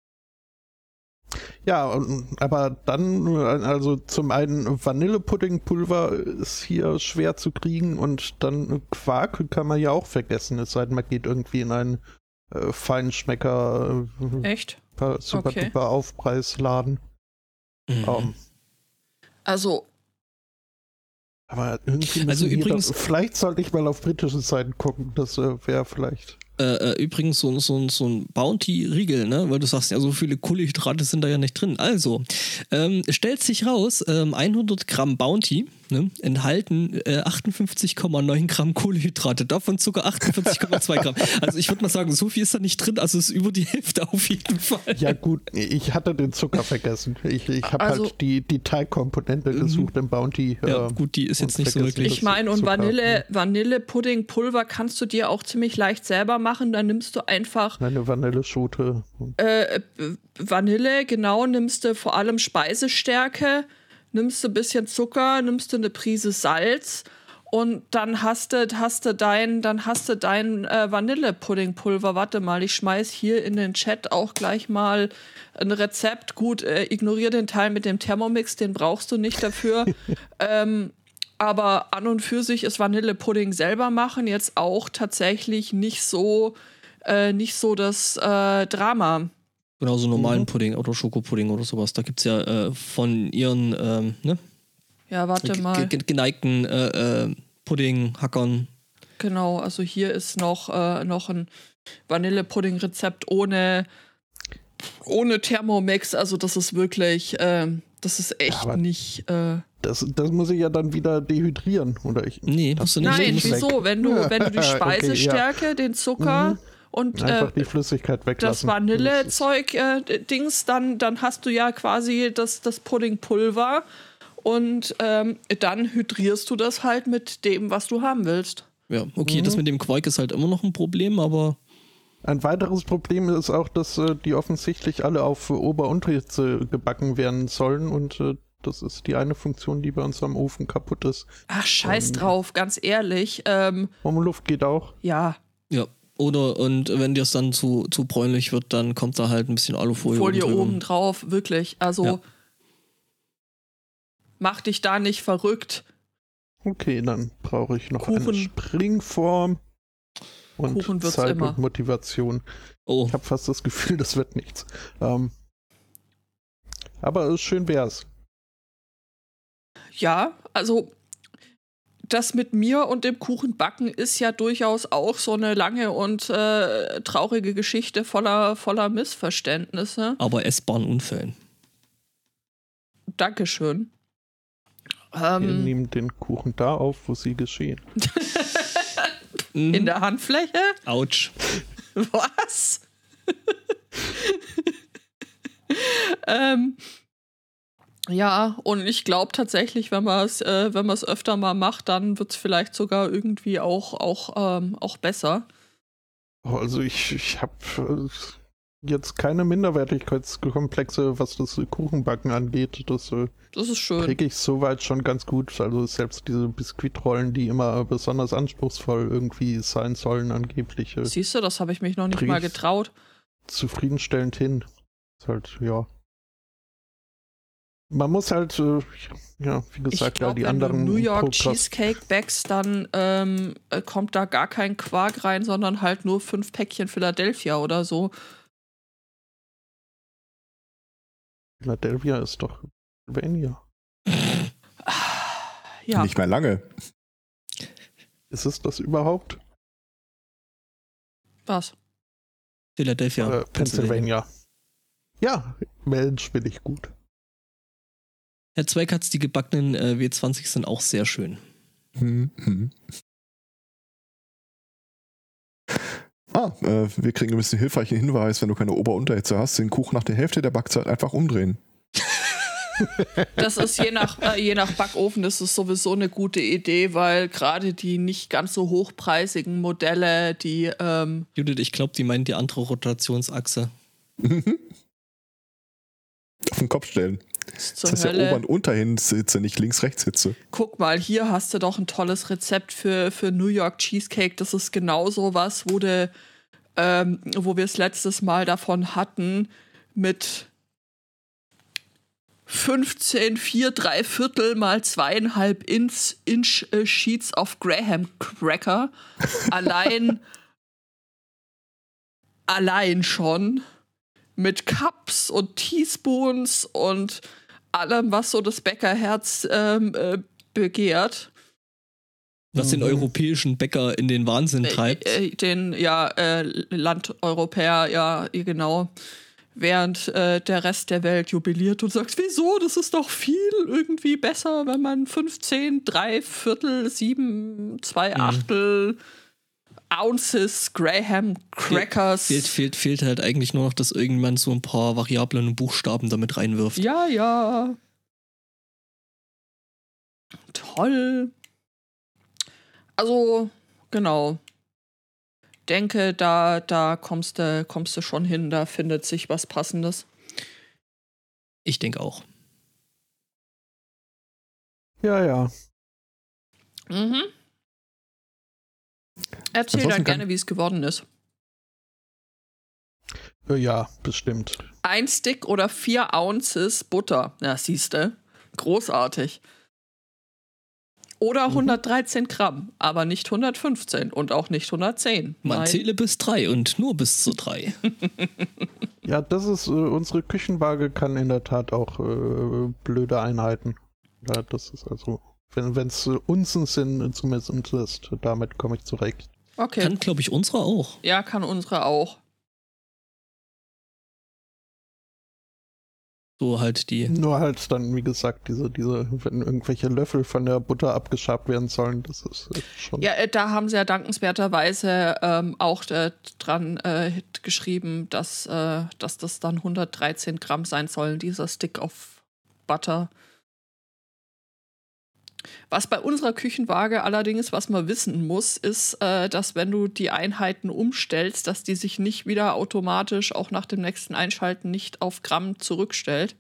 ja, und, aber dann, also zum einen Vanillepuddingpulver ist hier schwer zu kriegen und dann Quark kann man ja auch vergessen, es sei denn, man geht irgendwie in einen äh, Feinschmecker äh, echt? super Okay. duper Aufpreisladen. Mhm. Ähm, Also, aber irgendwie müssen Also hier übrigens- doch, vielleicht sollte ich mal auf britische Seiten gucken, das äh, wäre vielleicht. Äh, äh, übrigens so, so, so ein Bounty-Riegel, ne? Weil du sagst, ja, so viele Kohlenhydrate sind da ja nicht drin. Also, ähm, stellt sich raus, ähm, hundert Gramm Bounty, ne, enthalten äh, achtundfünfzig Komma neun Gramm Kohlenhydrate, davon Zucker achtundvierzig Komma zwei Gramm. Also ich würde mal sagen, so viel ist da nicht drin, also es ist über die Hälfte auf jeden Fall. Ja gut, ich hatte den Zucker vergessen. Ich, ich habe Also- halt die, die Teigkomponente Mhm. gesucht im Bounty. Ja, äh, gut, die ist jetzt und nicht so vergessen, wirklich. ich meine, und Zucker, Vanille, Vanillepuddingpulver kannst du dir auch ziemlich leicht selber machen. Dann nimmst du einfach eine Vanilleschote. äh, Vanille, genau, nimmst du vor allem Speisestärke, nimmst du ein bisschen Zucker, nimmst du eine Prise Salz und dann hast du, hast du dein, dann hast du dein äh, Vanillepuddingpulver. Warte mal, ich schmeiß hier in den Chat auch gleich mal ein Rezept. Gut, äh, ignoriere den Teil mit dem Thermomix, den brauchst du nicht dafür. ähm, aber an und für sich ist Vanillepudding selber machen jetzt auch tatsächlich nicht so äh, nicht so das äh, Drama. Genau, so normalen Mhm. Pudding oder Schokopudding oder sowas. Da gibt es ja äh, von ihren ähm, ne, Ja, warte ge- mal. ge- geneigten äh, äh, Pudding-Hackern. Genau, also hier ist noch, äh, noch ein Vanillepudding-Rezept ohne, ohne Thermomix. Also das ist wirklich, ähm, Das ist echt Ja, nicht. Äh Das, das muss ich ja dann wieder dehydrieren, oder ich? Nee, musst du nicht. Nein, musst wieso? Wenn du, wenn du die Okay, Speisestärke, ja. den Zucker Mhm. und Einfach äh, die Flüssigkeit das weglassen. Vanillezeug äh, Dings, dann, dann hast du ja quasi das, das Puddingpulver und ähm, dann hydrierst du das halt mit dem, was du haben willst. Ja, okay, Mhm. das mit dem Quark ist halt immer noch ein Problem, aber Ein weiteres Problem ist auch, dass äh, die offensichtlich alle auf äh, Ober-Unterhitze gebacken werden sollen und äh, das ist die eine Funktion, die bei uns am Ofen kaputt ist. Ach, scheiß Ähm. drauf, ganz ehrlich. Ähm, Umluft geht auch. ja, ja. Oder, und wenn dir es dann zu, zu bräunlich wird, dann kommt da halt ein bisschen Alufolie Folie oben drüber. oben drauf, wirklich. Also Ja. mach dich da nicht verrückt. Okay, dann brauche ich noch Kuchen. eine Springform und Kuchen wird's Zeit immer. und Motivation. Oh, Ich habe fast das Gefühl, das wird nichts. Ähm, aber schön wär's. Ja, also das mit mir und dem Kuchenbacken ist ja durchaus auch so eine lange und äh, traurige Geschichte voller, voller Missverständnisse. aber essbaren Unfällen. Dankeschön. Wir Ähm, nehmen den Kuchen da auf, wo sie geschehen. Mhm. in der Handfläche? Autsch. Was? ähm, ja, und ich glaube tatsächlich, wenn man es äh, wenn man es öfter mal macht, dann wird es vielleicht sogar irgendwie auch, auch, ähm, auch besser. Oh, also ich, ich habe äh, jetzt keine Minderwertigkeitskomplexe, was das äh, Kuchenbacken angeht. Das äh, Das ist schön. kriege ich soweit schon ganz gut. Also selbst diese Biskuitrollen, die immer besonders anspruchsvoll irgendwie sein sollen, angeblich äh, Siehst du, das habe ich mich noch nicht Krieg mal ich- getraut. zufriedenstellend hin. Ist halt, ja. Man muss halt, äh, ja, wie Ich gesagt, ja, glaube, die wenn du anderen New York Progress- Cheesecake backst, dann ähm, äh, kommt da gar kein Quark rein, sondern halt nur fünf Päckchen Philadelphia oder so. Philadelphia ist doch Pennsylvania. Ja, Nicht mehr lange. Ist es das überhaupt? was? Philadelphia. äh, Pennsylvania. Ja, Mensch, bin ich gut. Herr Zweikatz, die gebackenen äh, W zwanzig sind auch sehr schön. Hm, hm. Ah, äh, wir kriegen ein bisschen hilfreichen Hinweis, wenn du keine Ober-Unterhitze hast, den Kuchen nach der Hälfte der Backzeit einfach umdrehen. Das ist je nach, äh, je nach Backofen, das ist sowieso eine gute Idee, weil gerade die nicht ganz so hochpreisigen Modelle, die ähm, Judith, ich glaube, die meint die andere Rotationsachse. Auf den Kopf stellen. zur Das heißt ja Hölle. Ober- und Unterhitze, nicht Links-Rechts-Hitze. Guck mal, hier hast du doch ein tolles Rezept für, für New York Cheesecake. Das ist genau so was, wo, de, ähm, wo wir es letztes Mal davon hatten, mit fünfzehn, vier, drei Viertel mal zweieinhalb Inch, Inch äh, Sheets of Graham Cracker. Allein, allein schon mit Cups und Teaspoons und allem, was so das Bäckerherz ähm, äh, begehrt. Was den Mhm. europäischen Bäcker in den Wahnsinn treibt. Äh, äh, den, ja, äh, Landeuropäer, ja, genau. Während äh, der Rest der Welt jubiliert und sagt, wieso, das ist doch viel irgendwie besser, wenn man fünfzehn, drei Viertel, sieben, zwei Mhm. Achtel Ounces Graham Crackers. Fehlt, fehlt, fehlt halt eigentlich nur noch, dass irgendjemand so ein paar Variablen und Buchstaben damit reinwirft. Ja, ja. Toll. Also, genau. Denke, da, da kommst du kommst du schon hin, da findet sich was Passendes. Ich denke auch. Ja, ja. Mhm. Erzähl Ansonsten dann kann- gerne, wie es geworden ist. Äh, Ja, bestimmt. Ein Stick oder vier Ounces Butter. Na, siehste. Großartig. Oder Mhm. hundertdreizehn Gramm, aber nicht hundertfünfzehn und auch nicht hundertzehn. Man Nein. zähle bis drei und nur bis zu drei. Ja, das ist, äh, unsere Küchenwaage kann in der Tat auch äh, blöde Einheiten. Ja, das ist also, wenn es äh, Unzen sind, zumindest ist, damit komme ich zurecht. Okay. Kann, glaube ich, unsere auch. Ja, kann unsere auch. So halt die. Nur halt dann, wie gesagt, diese, diese, wenn irgendwelche Löffel von der Butter abgeschabt werden sollen, das ist äh, schon. Ja, äh, da haben sie ja dankenswerterweise ähm, auch äh, dran äh, geschrieben, dass, äh, dass das dann hundertdreizehn Gramm sein sollen, dieser Stick of Butter. Was bei unserer Küchenwaage allerdings, was man wissen muss, ist, äh, dass wenn du die Einheiten umstellst, dass die sich nicht wieder automatisch auch nach dem nächsten Einschalten nicht auf Gramm zurückstellt.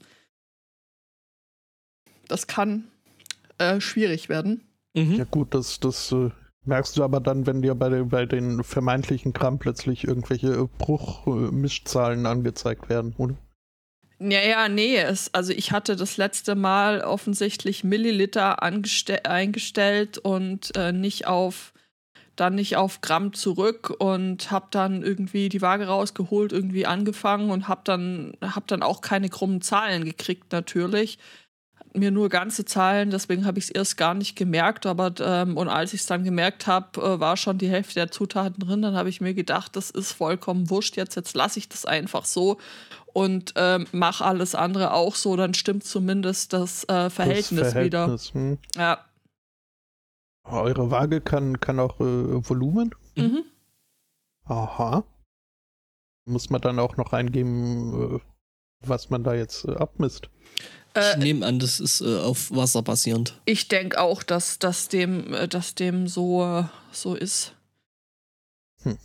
Das kann äh, schwierig werden. Mhm. Ja gut, das, das äh, merkst du aber dann, wenn dir bei, den- bei den vermeintlichen Gramm plötzlich irgendwelche Bruchmischzahlen angezeigt werden, oder? Ja, ja, nee. Es, also ich hatte das letzte Mal offensichtlich Milliliter angeste- eingestellt und äh, nicht auf dann nicht auf Gramm zurück und habe dann irgendwie die Waage rausgeholt, irgendwie angefangen und habe dann hab dann auch keine krummen Zahlen gekriegt natürlich. Mir nur ganze Zahlen, deswegen habe ich es erst gar nicht gemerkt, aber ähm, und als ich es dann gemerkt habe, äh, war schon die Hälfte der Zutaten drin, dann habe ich mir gedacht, das ist vollkommen wurscht jetzt, jetzt lasse ich das einfach so und ähm, mache alles andere auch so, dann stimmt zumindest das äh, Verhältnis, das Verhältnis hm. wieder. Ja. Eure Waage kann, kann auch äh, Volumen? Mhm. Aha. Muss man dann auch noch eingeben, äh, was man da jetzt äh, abmisst? Ich Äh, nehme an, das ist äh, auf Wasser basierend. ich denke auch, dass, dass, dem, äh, dass dem so, äh, so ist. Hm.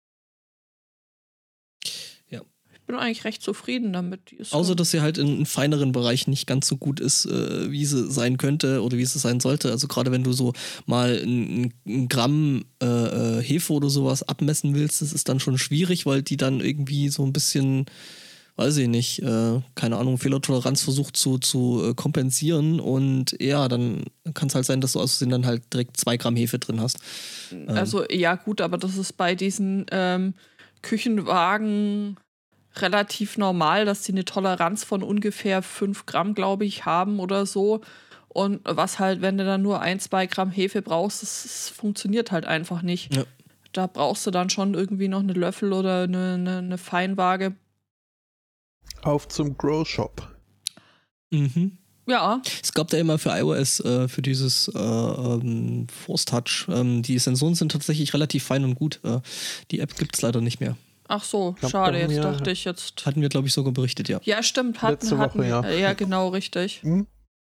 Ja. Ich bin eigentlich recht zufrieden damit. Die ist Außer, so- dass sie halt in, in feineren Bereichen nicht ganz so gut ist, äh, wie sie sein könnte oder wie sie sein sollte. Also gerade wenn du so mal ein, ein Gramm äh, äh, Hefe oder sowas abmessen willst, das ist dann schon schwierig, weil die dann irgendwie so ein bisschen, weiß ich nicht, äh, keine Ahnung, Fehlertoleranz versucht zu, zu äh, kompensieren und ja, dann kann es halt sein, dass du aus Versehen dann halt direkt zwei Gramm Hefe drin hast. Ähm, Also ja gut, aber das ist bei diesen ähm, Küchenwagen relativ normal, dass die eine Toleranz von ungefähr fünf Gramm, glaube ich, haben oder so. Und was halt, wenn du dann nur ein, zwei Gramm Hefe brauchst, das, das funktioniert halt einfach nicht. Ja. Da brauchst du dann schon irgendwie noch eine Löffel oder eine, eine, eine Feinwaage. Auf zum Grow Shop. mhm. Ja, Es gab da immer für iOS, äh, für dieses äh, ähm, Force Touch, ähm, die Sensoren sind tatsächlich relativ fein und gut. Äh, die App gibt es leider nicht mehr. ach so, glaub, schade, bei jetzt mir- dachte ich jetzt. Hatten wir, glaube ich, sogar berichtet, ja. Ja, stimmt, hatten, Letzte hatten Woche, wir. ja. Ja, genau, richtig. Hm?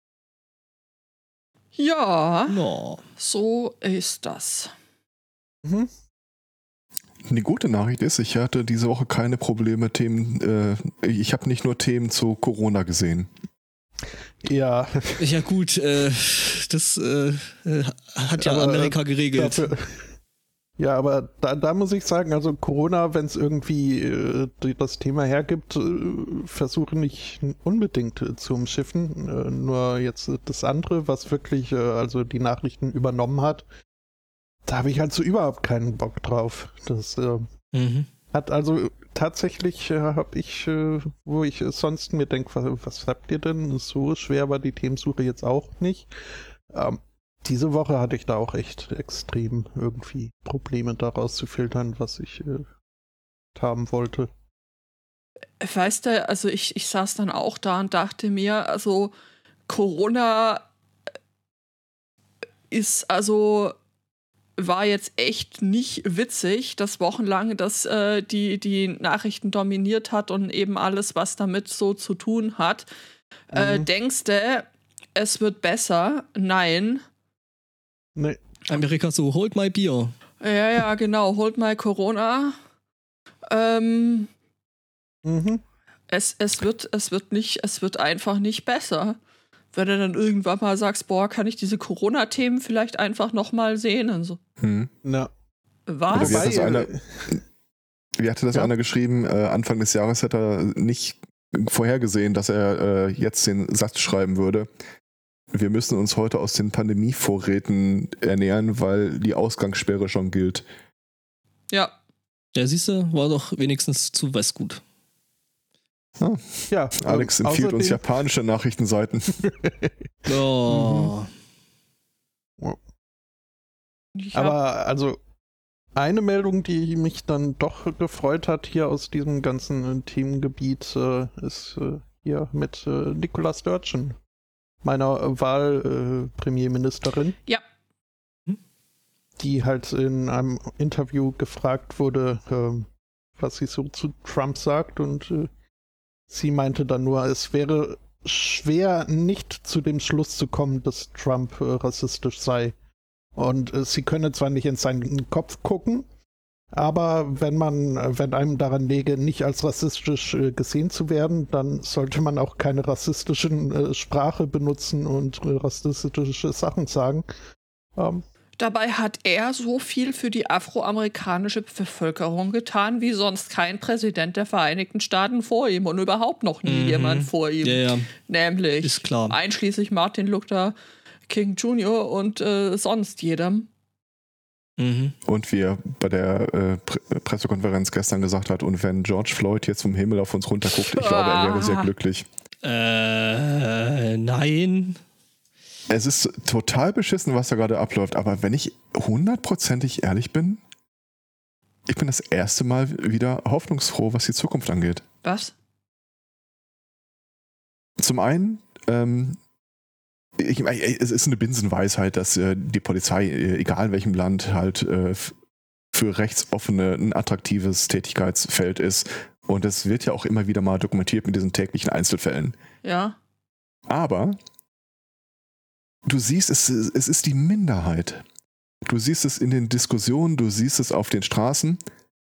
Ja, No. so ist das. Mhm. Die gute Nachricht ist, ich hatte diese Woche keine Probleme, Themen, äh, ich habe nicht nur Themen zu Corona gesehen. Ja, Ja gut, äh, das äh, äh, hat ja Aber, Amerika geregelt. dafür, ja, aber da, da muss ich sagen, also Corona, wenn es irgendwie äh, die- das Thema hergibt, äh, versuche nicht unbedingt äh, zu umschiffen. Äh, nur jetzt äh, das andere, was wirklich äh, also die Nachrichten übernommen hat, da habe ich halt so überhaupt keinen Bock drauf. Das äh, Mhm. hat also tatsächlich, äh, habe ich, äh, wo ich äh, sonst mir denke, was, was habt ihr denn? So schwer war die Themensuche jetzt auch nicht. Ähm, diese Woche hatte ich da auch echt extrem irgendwie Probleme daraus zu filtern, was ich äh, haben wollte. Weißt du, also ich, ich saß dann auch da und dachte mir, also Corona ist also war jetzt echt nicht witzig, das wochenlang, dass äh, die, die Nachrichten dominiert hat und eben alles, was damit so zu tun hat. Äh, Mhm. denkst du, es wird besser? Nein. Nee, Amerika so, hold my beer. Ja, ja, genau. Holt mal Corona. Ähm, mhm. es, es, wird, es wird nicht, es wird einfach nicht besser. Wenn du dann irgendwann mal sagst, boah, kann ich diese Corona-Themen vielleicht einfach nochmal sehen? Und so, Hm. Na, Oder was? wie hat das Wobei, einer, äh, wie hatte das Ja. einer geschrieben? Äh, Anfang des Jahres hätte er nicht vorhergesehen, dass er äh, jetzt den Satz schreiben würde. Wir müssen uns heute aus den Pandemievorräten ernähren, weil die Ausgangssperre schon gilt. Ja. Ja, siehst du, war doch wenigstens zu Westgut. ja, Alex ähm, empfiehlt uns außerdem- japanische Nachrichtenseiten. Oh. Ich hab, Aber also eine Meldung, die mich dann doch gefreut hat hier aus diesem ganzen äh, Themengebiet, äh, ist äh, hier mit äh, Nicola Sturgeon, meiner Wahl-Premierministerin. Ja. Die halt in einem Interview gefragt wurde, äh, was sie so zu Trump sagt, und äh, sie meinte dann nur, es wäre schwer, nicht zu dem Schluss zu kommen, dass Trump äh, rassistisch sei. Und äh, sie könne zwar nicht in seinen Kopf gucken, aber wenn man, äh, wenn einem daran läge, nicht als rassistisch äh, gesehen zu werden, dann sollte man auch keine rassistischen äh, Sprache benutzen und äh, rassistische Sachen sagen. Ähm, Dabei hat er so viel für die afroamerikanische Bevölkerung getan, wie sonst kein Präsident der Vereinigten Staaten vor ihm und überhaupt noch nie Mhm. jemand vor ihm. Ja, ja. Nämlich Ist klar. einschließlich Martin Luther King Junior und äh, sonst jedem. Mhm. Und wie er bei der äh, Pre- Pressekonferenz gestern gesagt hat, und wenn George Floyd jetzt vom Himmel auf uns runterguckt, ich glaube, er wäre sehr glücklich. Äh, nein. Es ist total beschissen, was da gerade abläuft, aber wenn ich hundertprozentig ehrlich bin, ich bin das erste Mal wieder hoffnungsfroh, was die Zukunft angeht. Was? Zum einen, ähm, ich, es ist eine Binsenweisheit, dass äh, die Polizei, äh, egal in welchem Land, halt äh, f- für Rechtsoffene ein attraktives Tätigkeitsfeld ist. Und das wird ja auch immer wieder mal dokumentiert mit diesen täglichen Einzelfällen. Ja. Aber du siehst, es, es ist die Minderheit. Du siehst es in den Diskussionen, du siehst es auf den Straßen.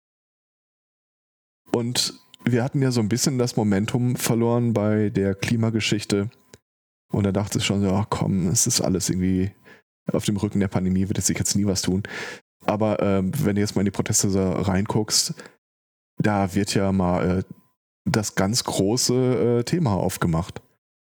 Und wir hatten ja so ein bisschen das Momentum verloren bei der Klimageschichte. Und da dachte ich schon so, ach komm, es ist alles irgendwie auf dem Rücken der Pandemie, wird sich jetzt nie was tun. Aber ähm, wenn du jetzt mal in die Proteste so reinguckst, da wird ja mal äh, das ganz große äh, Thema aufgemacht.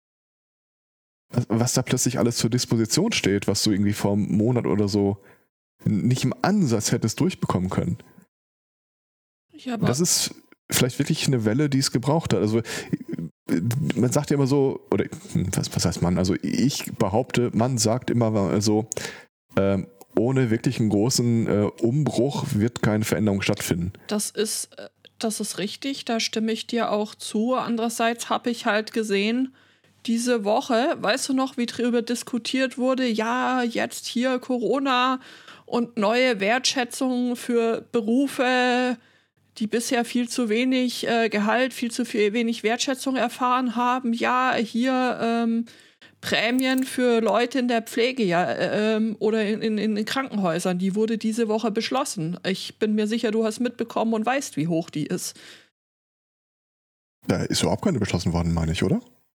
Was da plötzlich alles zur Disposition steht, was du irgendwie vor einem Monat oder so nicht im Ansatz hättest durchbekommen können. Ja, aber Das ist vielleicht wirklich eine Welle, die es gebraucht hat. Also man sagt ja immer so, oder was, was heißt man? Also ich behaupte, man sagt immer so, ähm, ohne wirklich einen großen äh, Umbruch wird keine Veränderung stattfinden. das ist, äh, das ist richtig, da stimme ich dir auch zu. Andererseits habe ich halt gesehen, diese Woche, weißt du noch, wie darüber diskutiert wurde, ja, jetzt hier Corona und neue Wertschätzung für Berufe, die bisher viel zu wenig äh, Gehalt, viel zu viel, wenig Wertschätzung erfahren haben. Ja, hier ähm, Prämien für Leute in der Pflege ja, äh, ähm, oder in, in, in Krankenhäusern, die wurde diese Woche beschlossen. Ich bin mir sicher, du hast mitbekommen und weißt, wie hoch die ist. Da ist überhaupt keine beschlossen worden, meine ich, oder?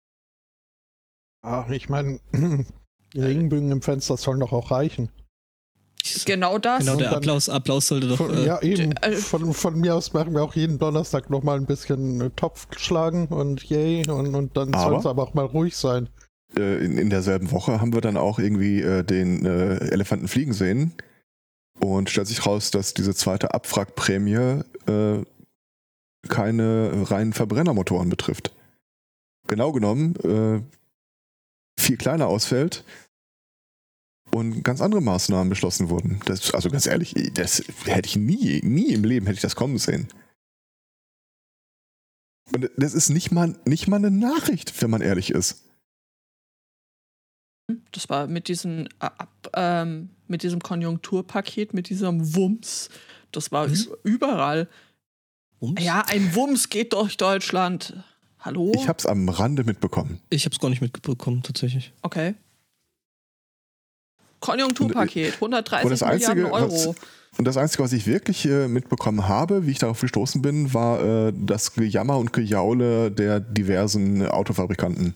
Ah, ich meine, die Regenbögen im Fenster sollen doch auch reichen. Genau das. Genau, der Und dann- Applaus, Applaus sollte doch. Von, Äh, ja, eben. äh, Von, von mir aus machen wir auch jeden Donnerstag nochmal ein bisschen äh, Topf schlagen und yay, und, und dann soll Aber- es aber auch mal ruhig sein. Äh, in, in derselben Woche haben wir dann auch irgendwie äh, den äh, Elefanten fliegen sehen und stellt sich raus, dass diese zweite Abwrackprämie äh, keine reinen Verbrennermotoren betrifft. Genau genommen äh, viel kleiner ausfällt und ganz andere Maßnahmen beschlossen wurden. Das, also ganz ehrlich, das hätte ich nie, nie im Leben hätte ich das kommen sehen. Und das ist nicht mal, nicht mal eine Nachricht, wenn man ehrlich ist. Das war mit diesem, äh, ab- ähm, mit diesem Konjunkturpaket, mit diesem Wumms. Das war Was? ü- überall. Ums? Ja, ein Wumms geht durch Deutschland. Hallo? Ich hab's am Rande mitbekommen. Ich hab's gar nicht mitbekommen, tatsächlich. Okay. Konjunkturpaket, hundertdreißig Und das Einzige, Milliarden was- Euro. Und das Einzige, was ich wirklich äh, mitbekommen habe, wie ich darauf gestoßen bin, war äh, das Gejammer und Gejaule der diversen Autofabrikanten.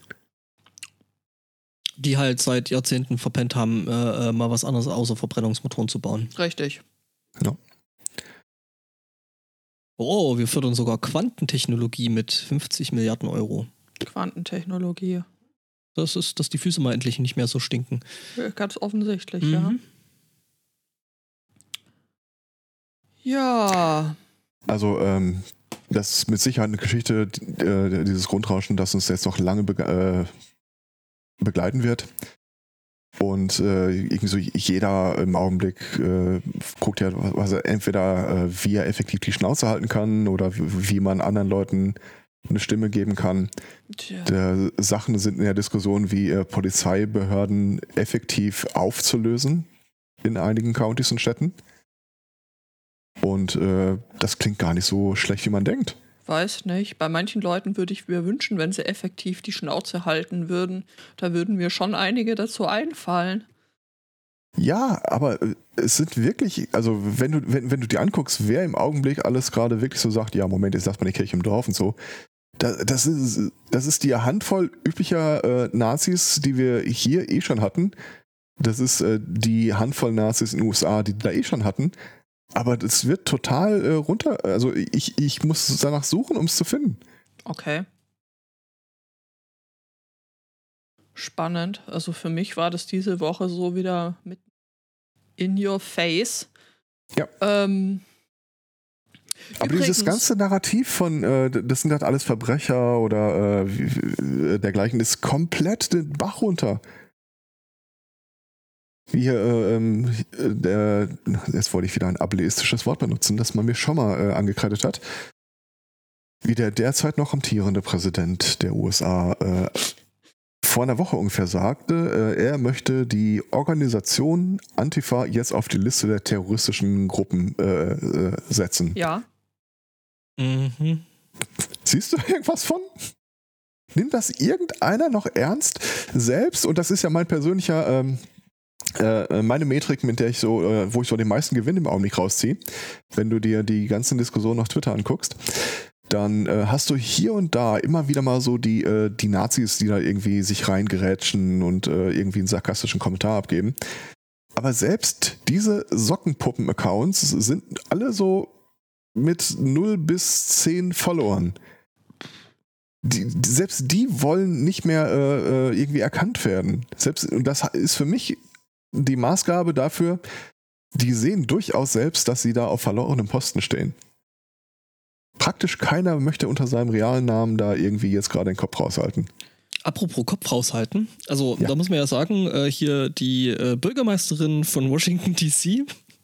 Die halt seit Jahrzehnten verpennt haben, äh, äh, mal was anderes außer Verbrennungsmotoren zu bauen. Richtig. Oh, wir fördern sogar Quantentechnologie mit fünfzig Milliarden Euro. Quantentechnologie. Das ist, dass die Füße mal endlich nicht mehr so stinken. Ja, ganz offensichtlich, ja. Mhm. Ja. Also ähm, das ist mit Sicherheit eine Geschichte, äh, dieses Grundrauschen, das uns jetzt noch lange bege äh, begleiten wird. Und äh, irgendwie so jeder im Augenblick äh, guckt ja, was er entweder äh, wie er effektiv die Schnauze halten kann oder wie man anderen Leuten eine Stimme geben kann. Tja. Der, Sachen sind in der Diskussion, wie äh, Polizeibehörden effektiv aufzulösen in einigen Countys und Städten. Und äh, das klingt gar nicht so schlecht, wie man denkt. Weiß nicht. Bei manchen Leuten würde ich mir wünschen, wenn sie effektiv die Schnauze halten würden. Da würden mir schon einige dazu einfallen. Ja, aber äh, es sind wirklich, also wenn du, wenn, wenn du dir anguckst, wer im Augenblick alles gerade wirklich so sagt, ja, Moment, jetzt lass mal die Kirche im Dorf und so. Da, das, ist, das ist die Handvoll üblicher äh, Nazis, die wir hier eh schon hatten. Das ist äh, die Handvoll Nazis in den U S A, die wir da eh schon hatten. Aber das wird total äh, runter, also ich, ich muss danach suchen, um es zu finden. Okay. Spannend. Also für mich war das diese Woche so wieder mit in your face. Ja. Ähm, Aber übrigens, dieses ganze Narrativ von, äh, das sind halt alles Verbrecher oder äh, wie, wie, dergleichen, ist komplett den Bach runter. Wie hier, äh, ähm, der, jetzt wollte ich wieder ein ableistisches Wort benutzen, das man mir schon mal äh, angekreidet hat. Wie der derzeit noch amtierende Präsident der U S A äh, vor einer Woche ungefähr sagte, äh, er möchte die Organisation Antifa jetzt auf die Liste der terroristischen Gruppen äh, äh, setzen. Ja. Mhm. Siehst du irgendwas von? Nimmt das irgendeiner noch ernst? Selbst, und das ist ja mein persönlicher, ähm, äh, meine Metrik, mit der ich so, äh, wo ich so den meisten Gewinn im Augenblick rausziehe, wenn du dir die ganzen Diskussionen auf Twitter anguckst, dann äh, hast du hier und da immer wieder mal so die, äh, die Nazis, die da irgendwie sich reingerätschen und äh, irgendwie einen sarkastischen Kommentar abgeben. Aber selbst diese Sockenpuppen-Accounts sind alle so mit null bis zehn Followern. Die, selbst die wollen nicht mehr äh, irgendwie erkannt werden. Selbst, und das ist für mich die Maßgabe dafür, die sehen durchaus selbst, dass sie da auf verlorenem Posten stehen. Praktisch keiner möchte unter seinem realen Namen da irgendwie jetzt gerade den Kopf raushalten. Apropos Kopf raushalten, also Ja. da muss man ja sagen, äh, hier die äh, Bürgermeisterin von Washington D C.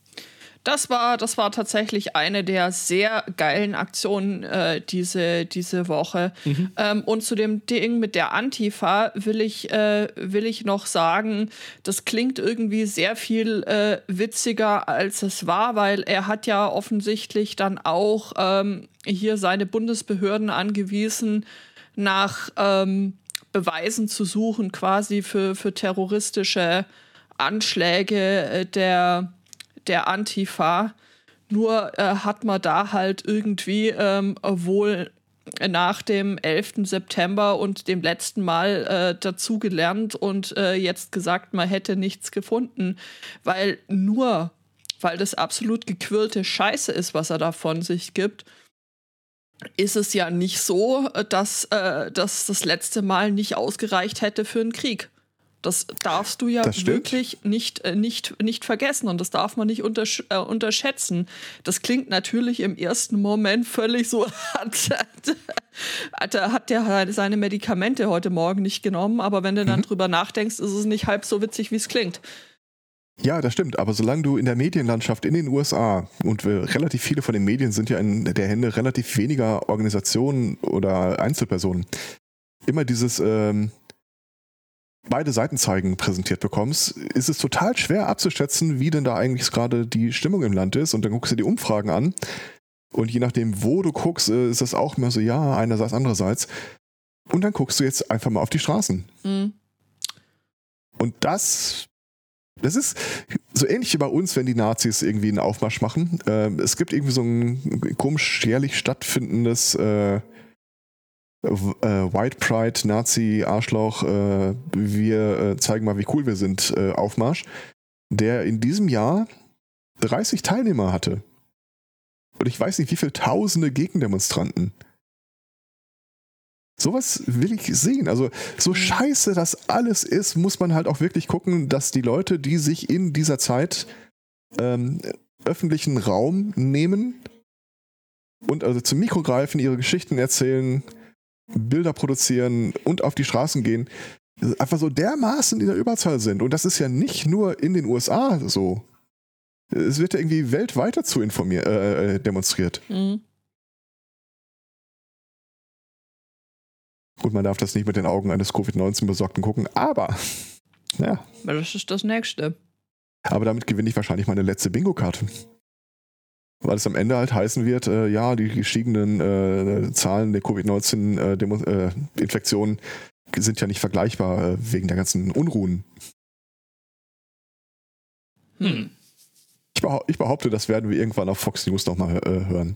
Das war, das war tatsächlich eine der sehr geilen Aktionen äh, diese, diese Woche. Mhm. Ähm, und zu dem Ding mit der Antifa will ich, äh, will ich noch sagen, das klingt irgendwie sehr viel äh, witziger, als es war, weil er hat ja offensichtlich dann auch ähm, hier seine Bundesbehörden angewiesen, nach ähm, Beweisen zu suchen, quasi für, für terroristische Anschläge äh, der der Antifa. Nur äh, hat man da halt irgendwie ähm, wohl nach dem elften September und dem letzten Mal äh, dazugelernt und äh, jetzt gesagt, man hätte nichts gefunden. Weil nur, weil das absolut gequirlte Scheiße ist, was er da von sich gibt, ist es ja nicht so, dass, äh, dass das letzte Mal nicht ausgereicht hätte für einen Krieg. Das darfst du ja wirklich nicht, äh, nicht, nicht vergessen und das darf man nicht untersch äh, unterschätzen. Das klingt natürlich im ersten Moment völlig so, hat, hat, hat der seine Medikamente heute Morgen nicht genommen, aber wenn du dann mhm. drüber nachdenkst, ist es nicht halb so witzig, wie es klingt. Ja, das stimmt, aber solange du in der Medienlandschaft in den U S A, und wir, relativ viele von den Medien sind ja in der Hände relativ weniger Organisationen oder Einzelpersonen, immer dieses ähm, beide Seiten zeigen präsentiert bekommst, ist es total schwer abzuschätzen, wie denn da eigentlich gerade die Stimmung im Land ist. Und dann guckst du die Umfragen an und je nachdem, wo du guckst, ist das auch immer so, ja, einerseits, andererseits. Und dann guckst du jetzt einfach mal auf die Straßen. Mhm. Und das, das ist so ähnlich wie bei uns, wenn die Nazis irgendwie einen Aufmarsch machen. Ähm, es gibt irgendwie so ein komisch jährlich stattfindendes äh, White Pride, Nazi, Arschloch, äh, wir äh, zeigen mal, wie cool wir sind, äh, Aufmarsch, der in diesem Jahr dreißig Teilnehmer hatte. Und ich weiß nicht, wie viele tausende Gegendemonstranten. Sowas will ich sehen. Also so scheiße das alles ist, muss man halt auch wirklich gucken, dass die Leute, die sich in dieser Zeit ähm, öffentlichen Raum nehmen und also zum Mikro greifen, ihre Geschichten erzählen, Bilder produzieren und auf die Straßen gehen, einfach so dermaßen in der Überzahl sind. Und das ist ja nicht nur in den U S A so. Es wird ja irgendwie weltweit dazu informiert, äh, demonstriert. Mhm. Gut, man darf das nicht mit den Augen eines Covid neunzehn Besorgten gucken, aber ja. Das ist das Nächste. Aber damit gewinne ich wahrscheinlich meine letzte Bingo-Karte. Weil es am Ende halt heißen wird, äh, ja, die gestiegenen äh, Zahlen der Covid neunzehn äh, äh, Infektionen sind ja nicht vergleichbar äh, wegen der ganzen Unruhen. Hm. Ich, behau- ich behaupte, das werden wir irgendwann auf Fox News nochmal äh, hören.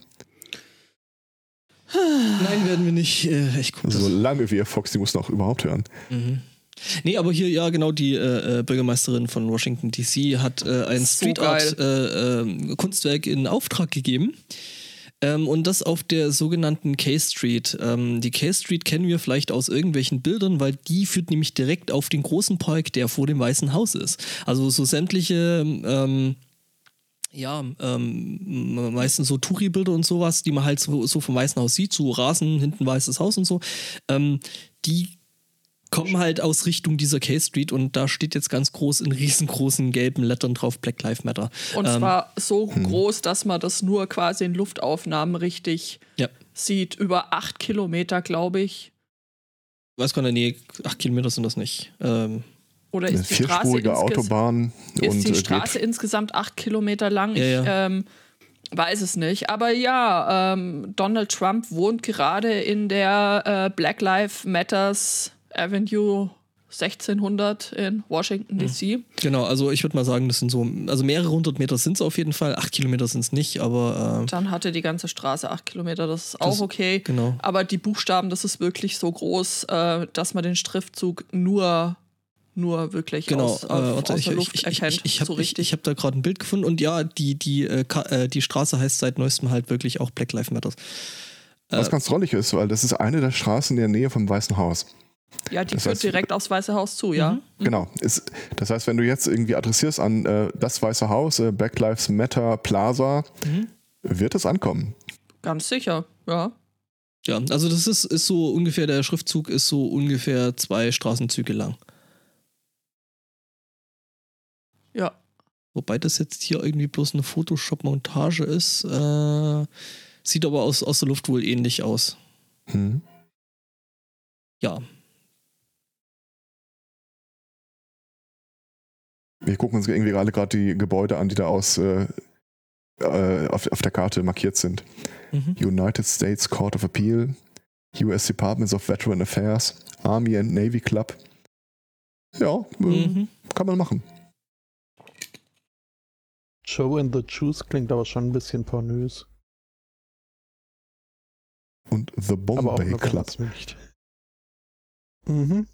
Nein, werden wir nicht. Äh, ich guck das. Solange wir Fox News noch überhaupt hören. Mhm. Nee, aber hier, ja, genau, die äh, Bürgermeisterin von Washington D C hat äh, ein So Street Art äh, äh, Kunstwerk in Auftrag gegeben. Ähm, und das auf der sogenannten K Street. Ähm, die K Street kennen wir vielleicht aus irgendwelchen Bildern, weil die führt nämlich direkt auf den großen Park, der vor dem Weißen Haus ist. Also so sämtliche, ähm, ja, ähm, meistens so Touri-Bilder und sowas, die man halt so, so vom Weißen Haus sieht, so Rasen, hinten Weißes Haus und so, ähm, die kommen halt aus Richtung dieser K Street und da steht jetzt ganz groß in riesengroßen gelben Lettern drauf Black Lives Matter. Und ähm, zwar so hm. groß, dass man das nur quasi in Luftaufnahmen richtig ja. sieht. Über acht Kilometer, glaube ich. Weiß gar nicht, nee, acht Kilometer sind das nicht. Ähm, Oder Eine ist die Straße, vierspurige insges Autobahn. ist und die äh, Straße geht, insgesamt acht Kilometer lang? Ja, ich ja. Ähm, weiß es nicht. Aber ja, ähm, Donald Trump wohnt gerade in der äh, Black Lives Matters Avenue sechzehnhundert in Washington D C. genau, also ich würde mal sagen, das sind so, also mehrere hundert Meter sind es auf jeden Fall, acht Kilometer sind es nicht, aber äh, Dann hatte die ganze Straße acht Kilometer, das ist auch Das- okay. genau. Aber die Buchstaben, das ist wirklich so groß, äh, dass man den Schriftzug nur, nur wirklich Genau, aus, äh, auf, warte, aus ich, der ich, Luft ich, erkennt. ich, ich habe so ich, richtig. ich hab da gerade ein Bild gefunden und ja, die, die, äh, Ka- äh, die Straße heißt seit neuestem halt wirklich auch Black Lives Matter. was ganz drollig ist, weil das ist eine der Straßen in der Nähe vom Weißen Haus. ja, die das führt heißt- direkt aufs Weiße Haus zu, ja. Mhm. Genau. Ist, das heißt, wenn du jetzt irgendwie adressierst an äh, das Weiße Haus, äh, Black Lives Matter Plaza, Mhm. wird es ankommen. Ganz sicher, ja. Ja, also das ist, ist so ungefähr, der Schriftzug ist so ungefähr zwei Straßenzüge lang. Ja. Wobei das jetzt hier irgendwie bloß eine Photoshop-Montage ist. Äh, sieht aber aus, aus der Luft wohl ähnlich aus. Hm. Ja. Wir gucken uns irgendwie alle gerade die Gebäude an, die da aus äh, äh, auf, auf der Karte markiert sind. Mhm. United States Court of Appeal, U S Departments of Veteran Affairs, Army and Navy Club. Ja, äh, Mhm. kann man machen. Joe and the Juice klingt aber schon ein bisschen pornös. Und The Aber auch Bombay nur Club. ganz nicht. Mhm.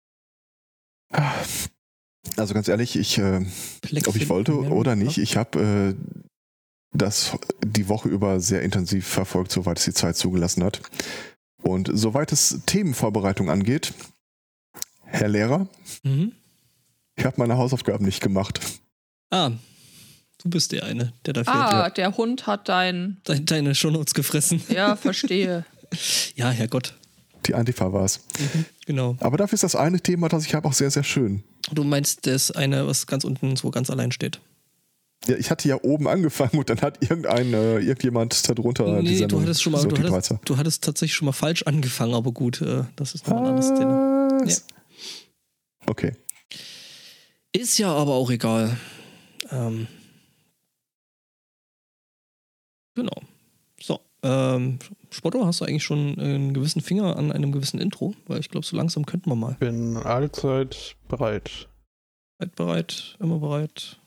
Also ganz ehrlich, ich, äh, Black ob ich Fin- wollte Mary oder Club? nicht, ich habe äh, das die Woche über sehr intensiv verfolgt, soweit es die Zeit zugelassen hat. Und soweit es Themenvorbereitung angeht, Herr Lehrer, Mhm. ich habe meine Hausaufgaben nicht gemacht. Ah, du bist der eine, der da fehlt. Ah, Ja. der Hund hat dein. De deine Shownotes gefressen. Ja, verstehe. Ja, Herrgott. Die Antifa war es. Mhm. Genau. Aber dafür ist das eine Thema, das ich habe, auch sehr, sehr schön. Du meinst das eine, was ganz unten so ganz allein steht. Ja, ich hatte ja oben angefangen und dann hat irgendein, äh, irgendjemand darunter die Nee, Sendung du hattest schon mal, so du die hattest, Kreuzer. du hattest tatsächlich schon mal falsch angefangen, aber gut, äh, das ist noch ein anderes Thema. Was? Okay. Ist ja aber auch egal. Ähm, genau. So, ähm, Spotto, hast du eigentlich schon einen gewissen Finger an einem gewissen Intro? Weil ich glaube, so langsam könnten wir mal. Bin allzeit bereit. Seid bereit, immer bereit.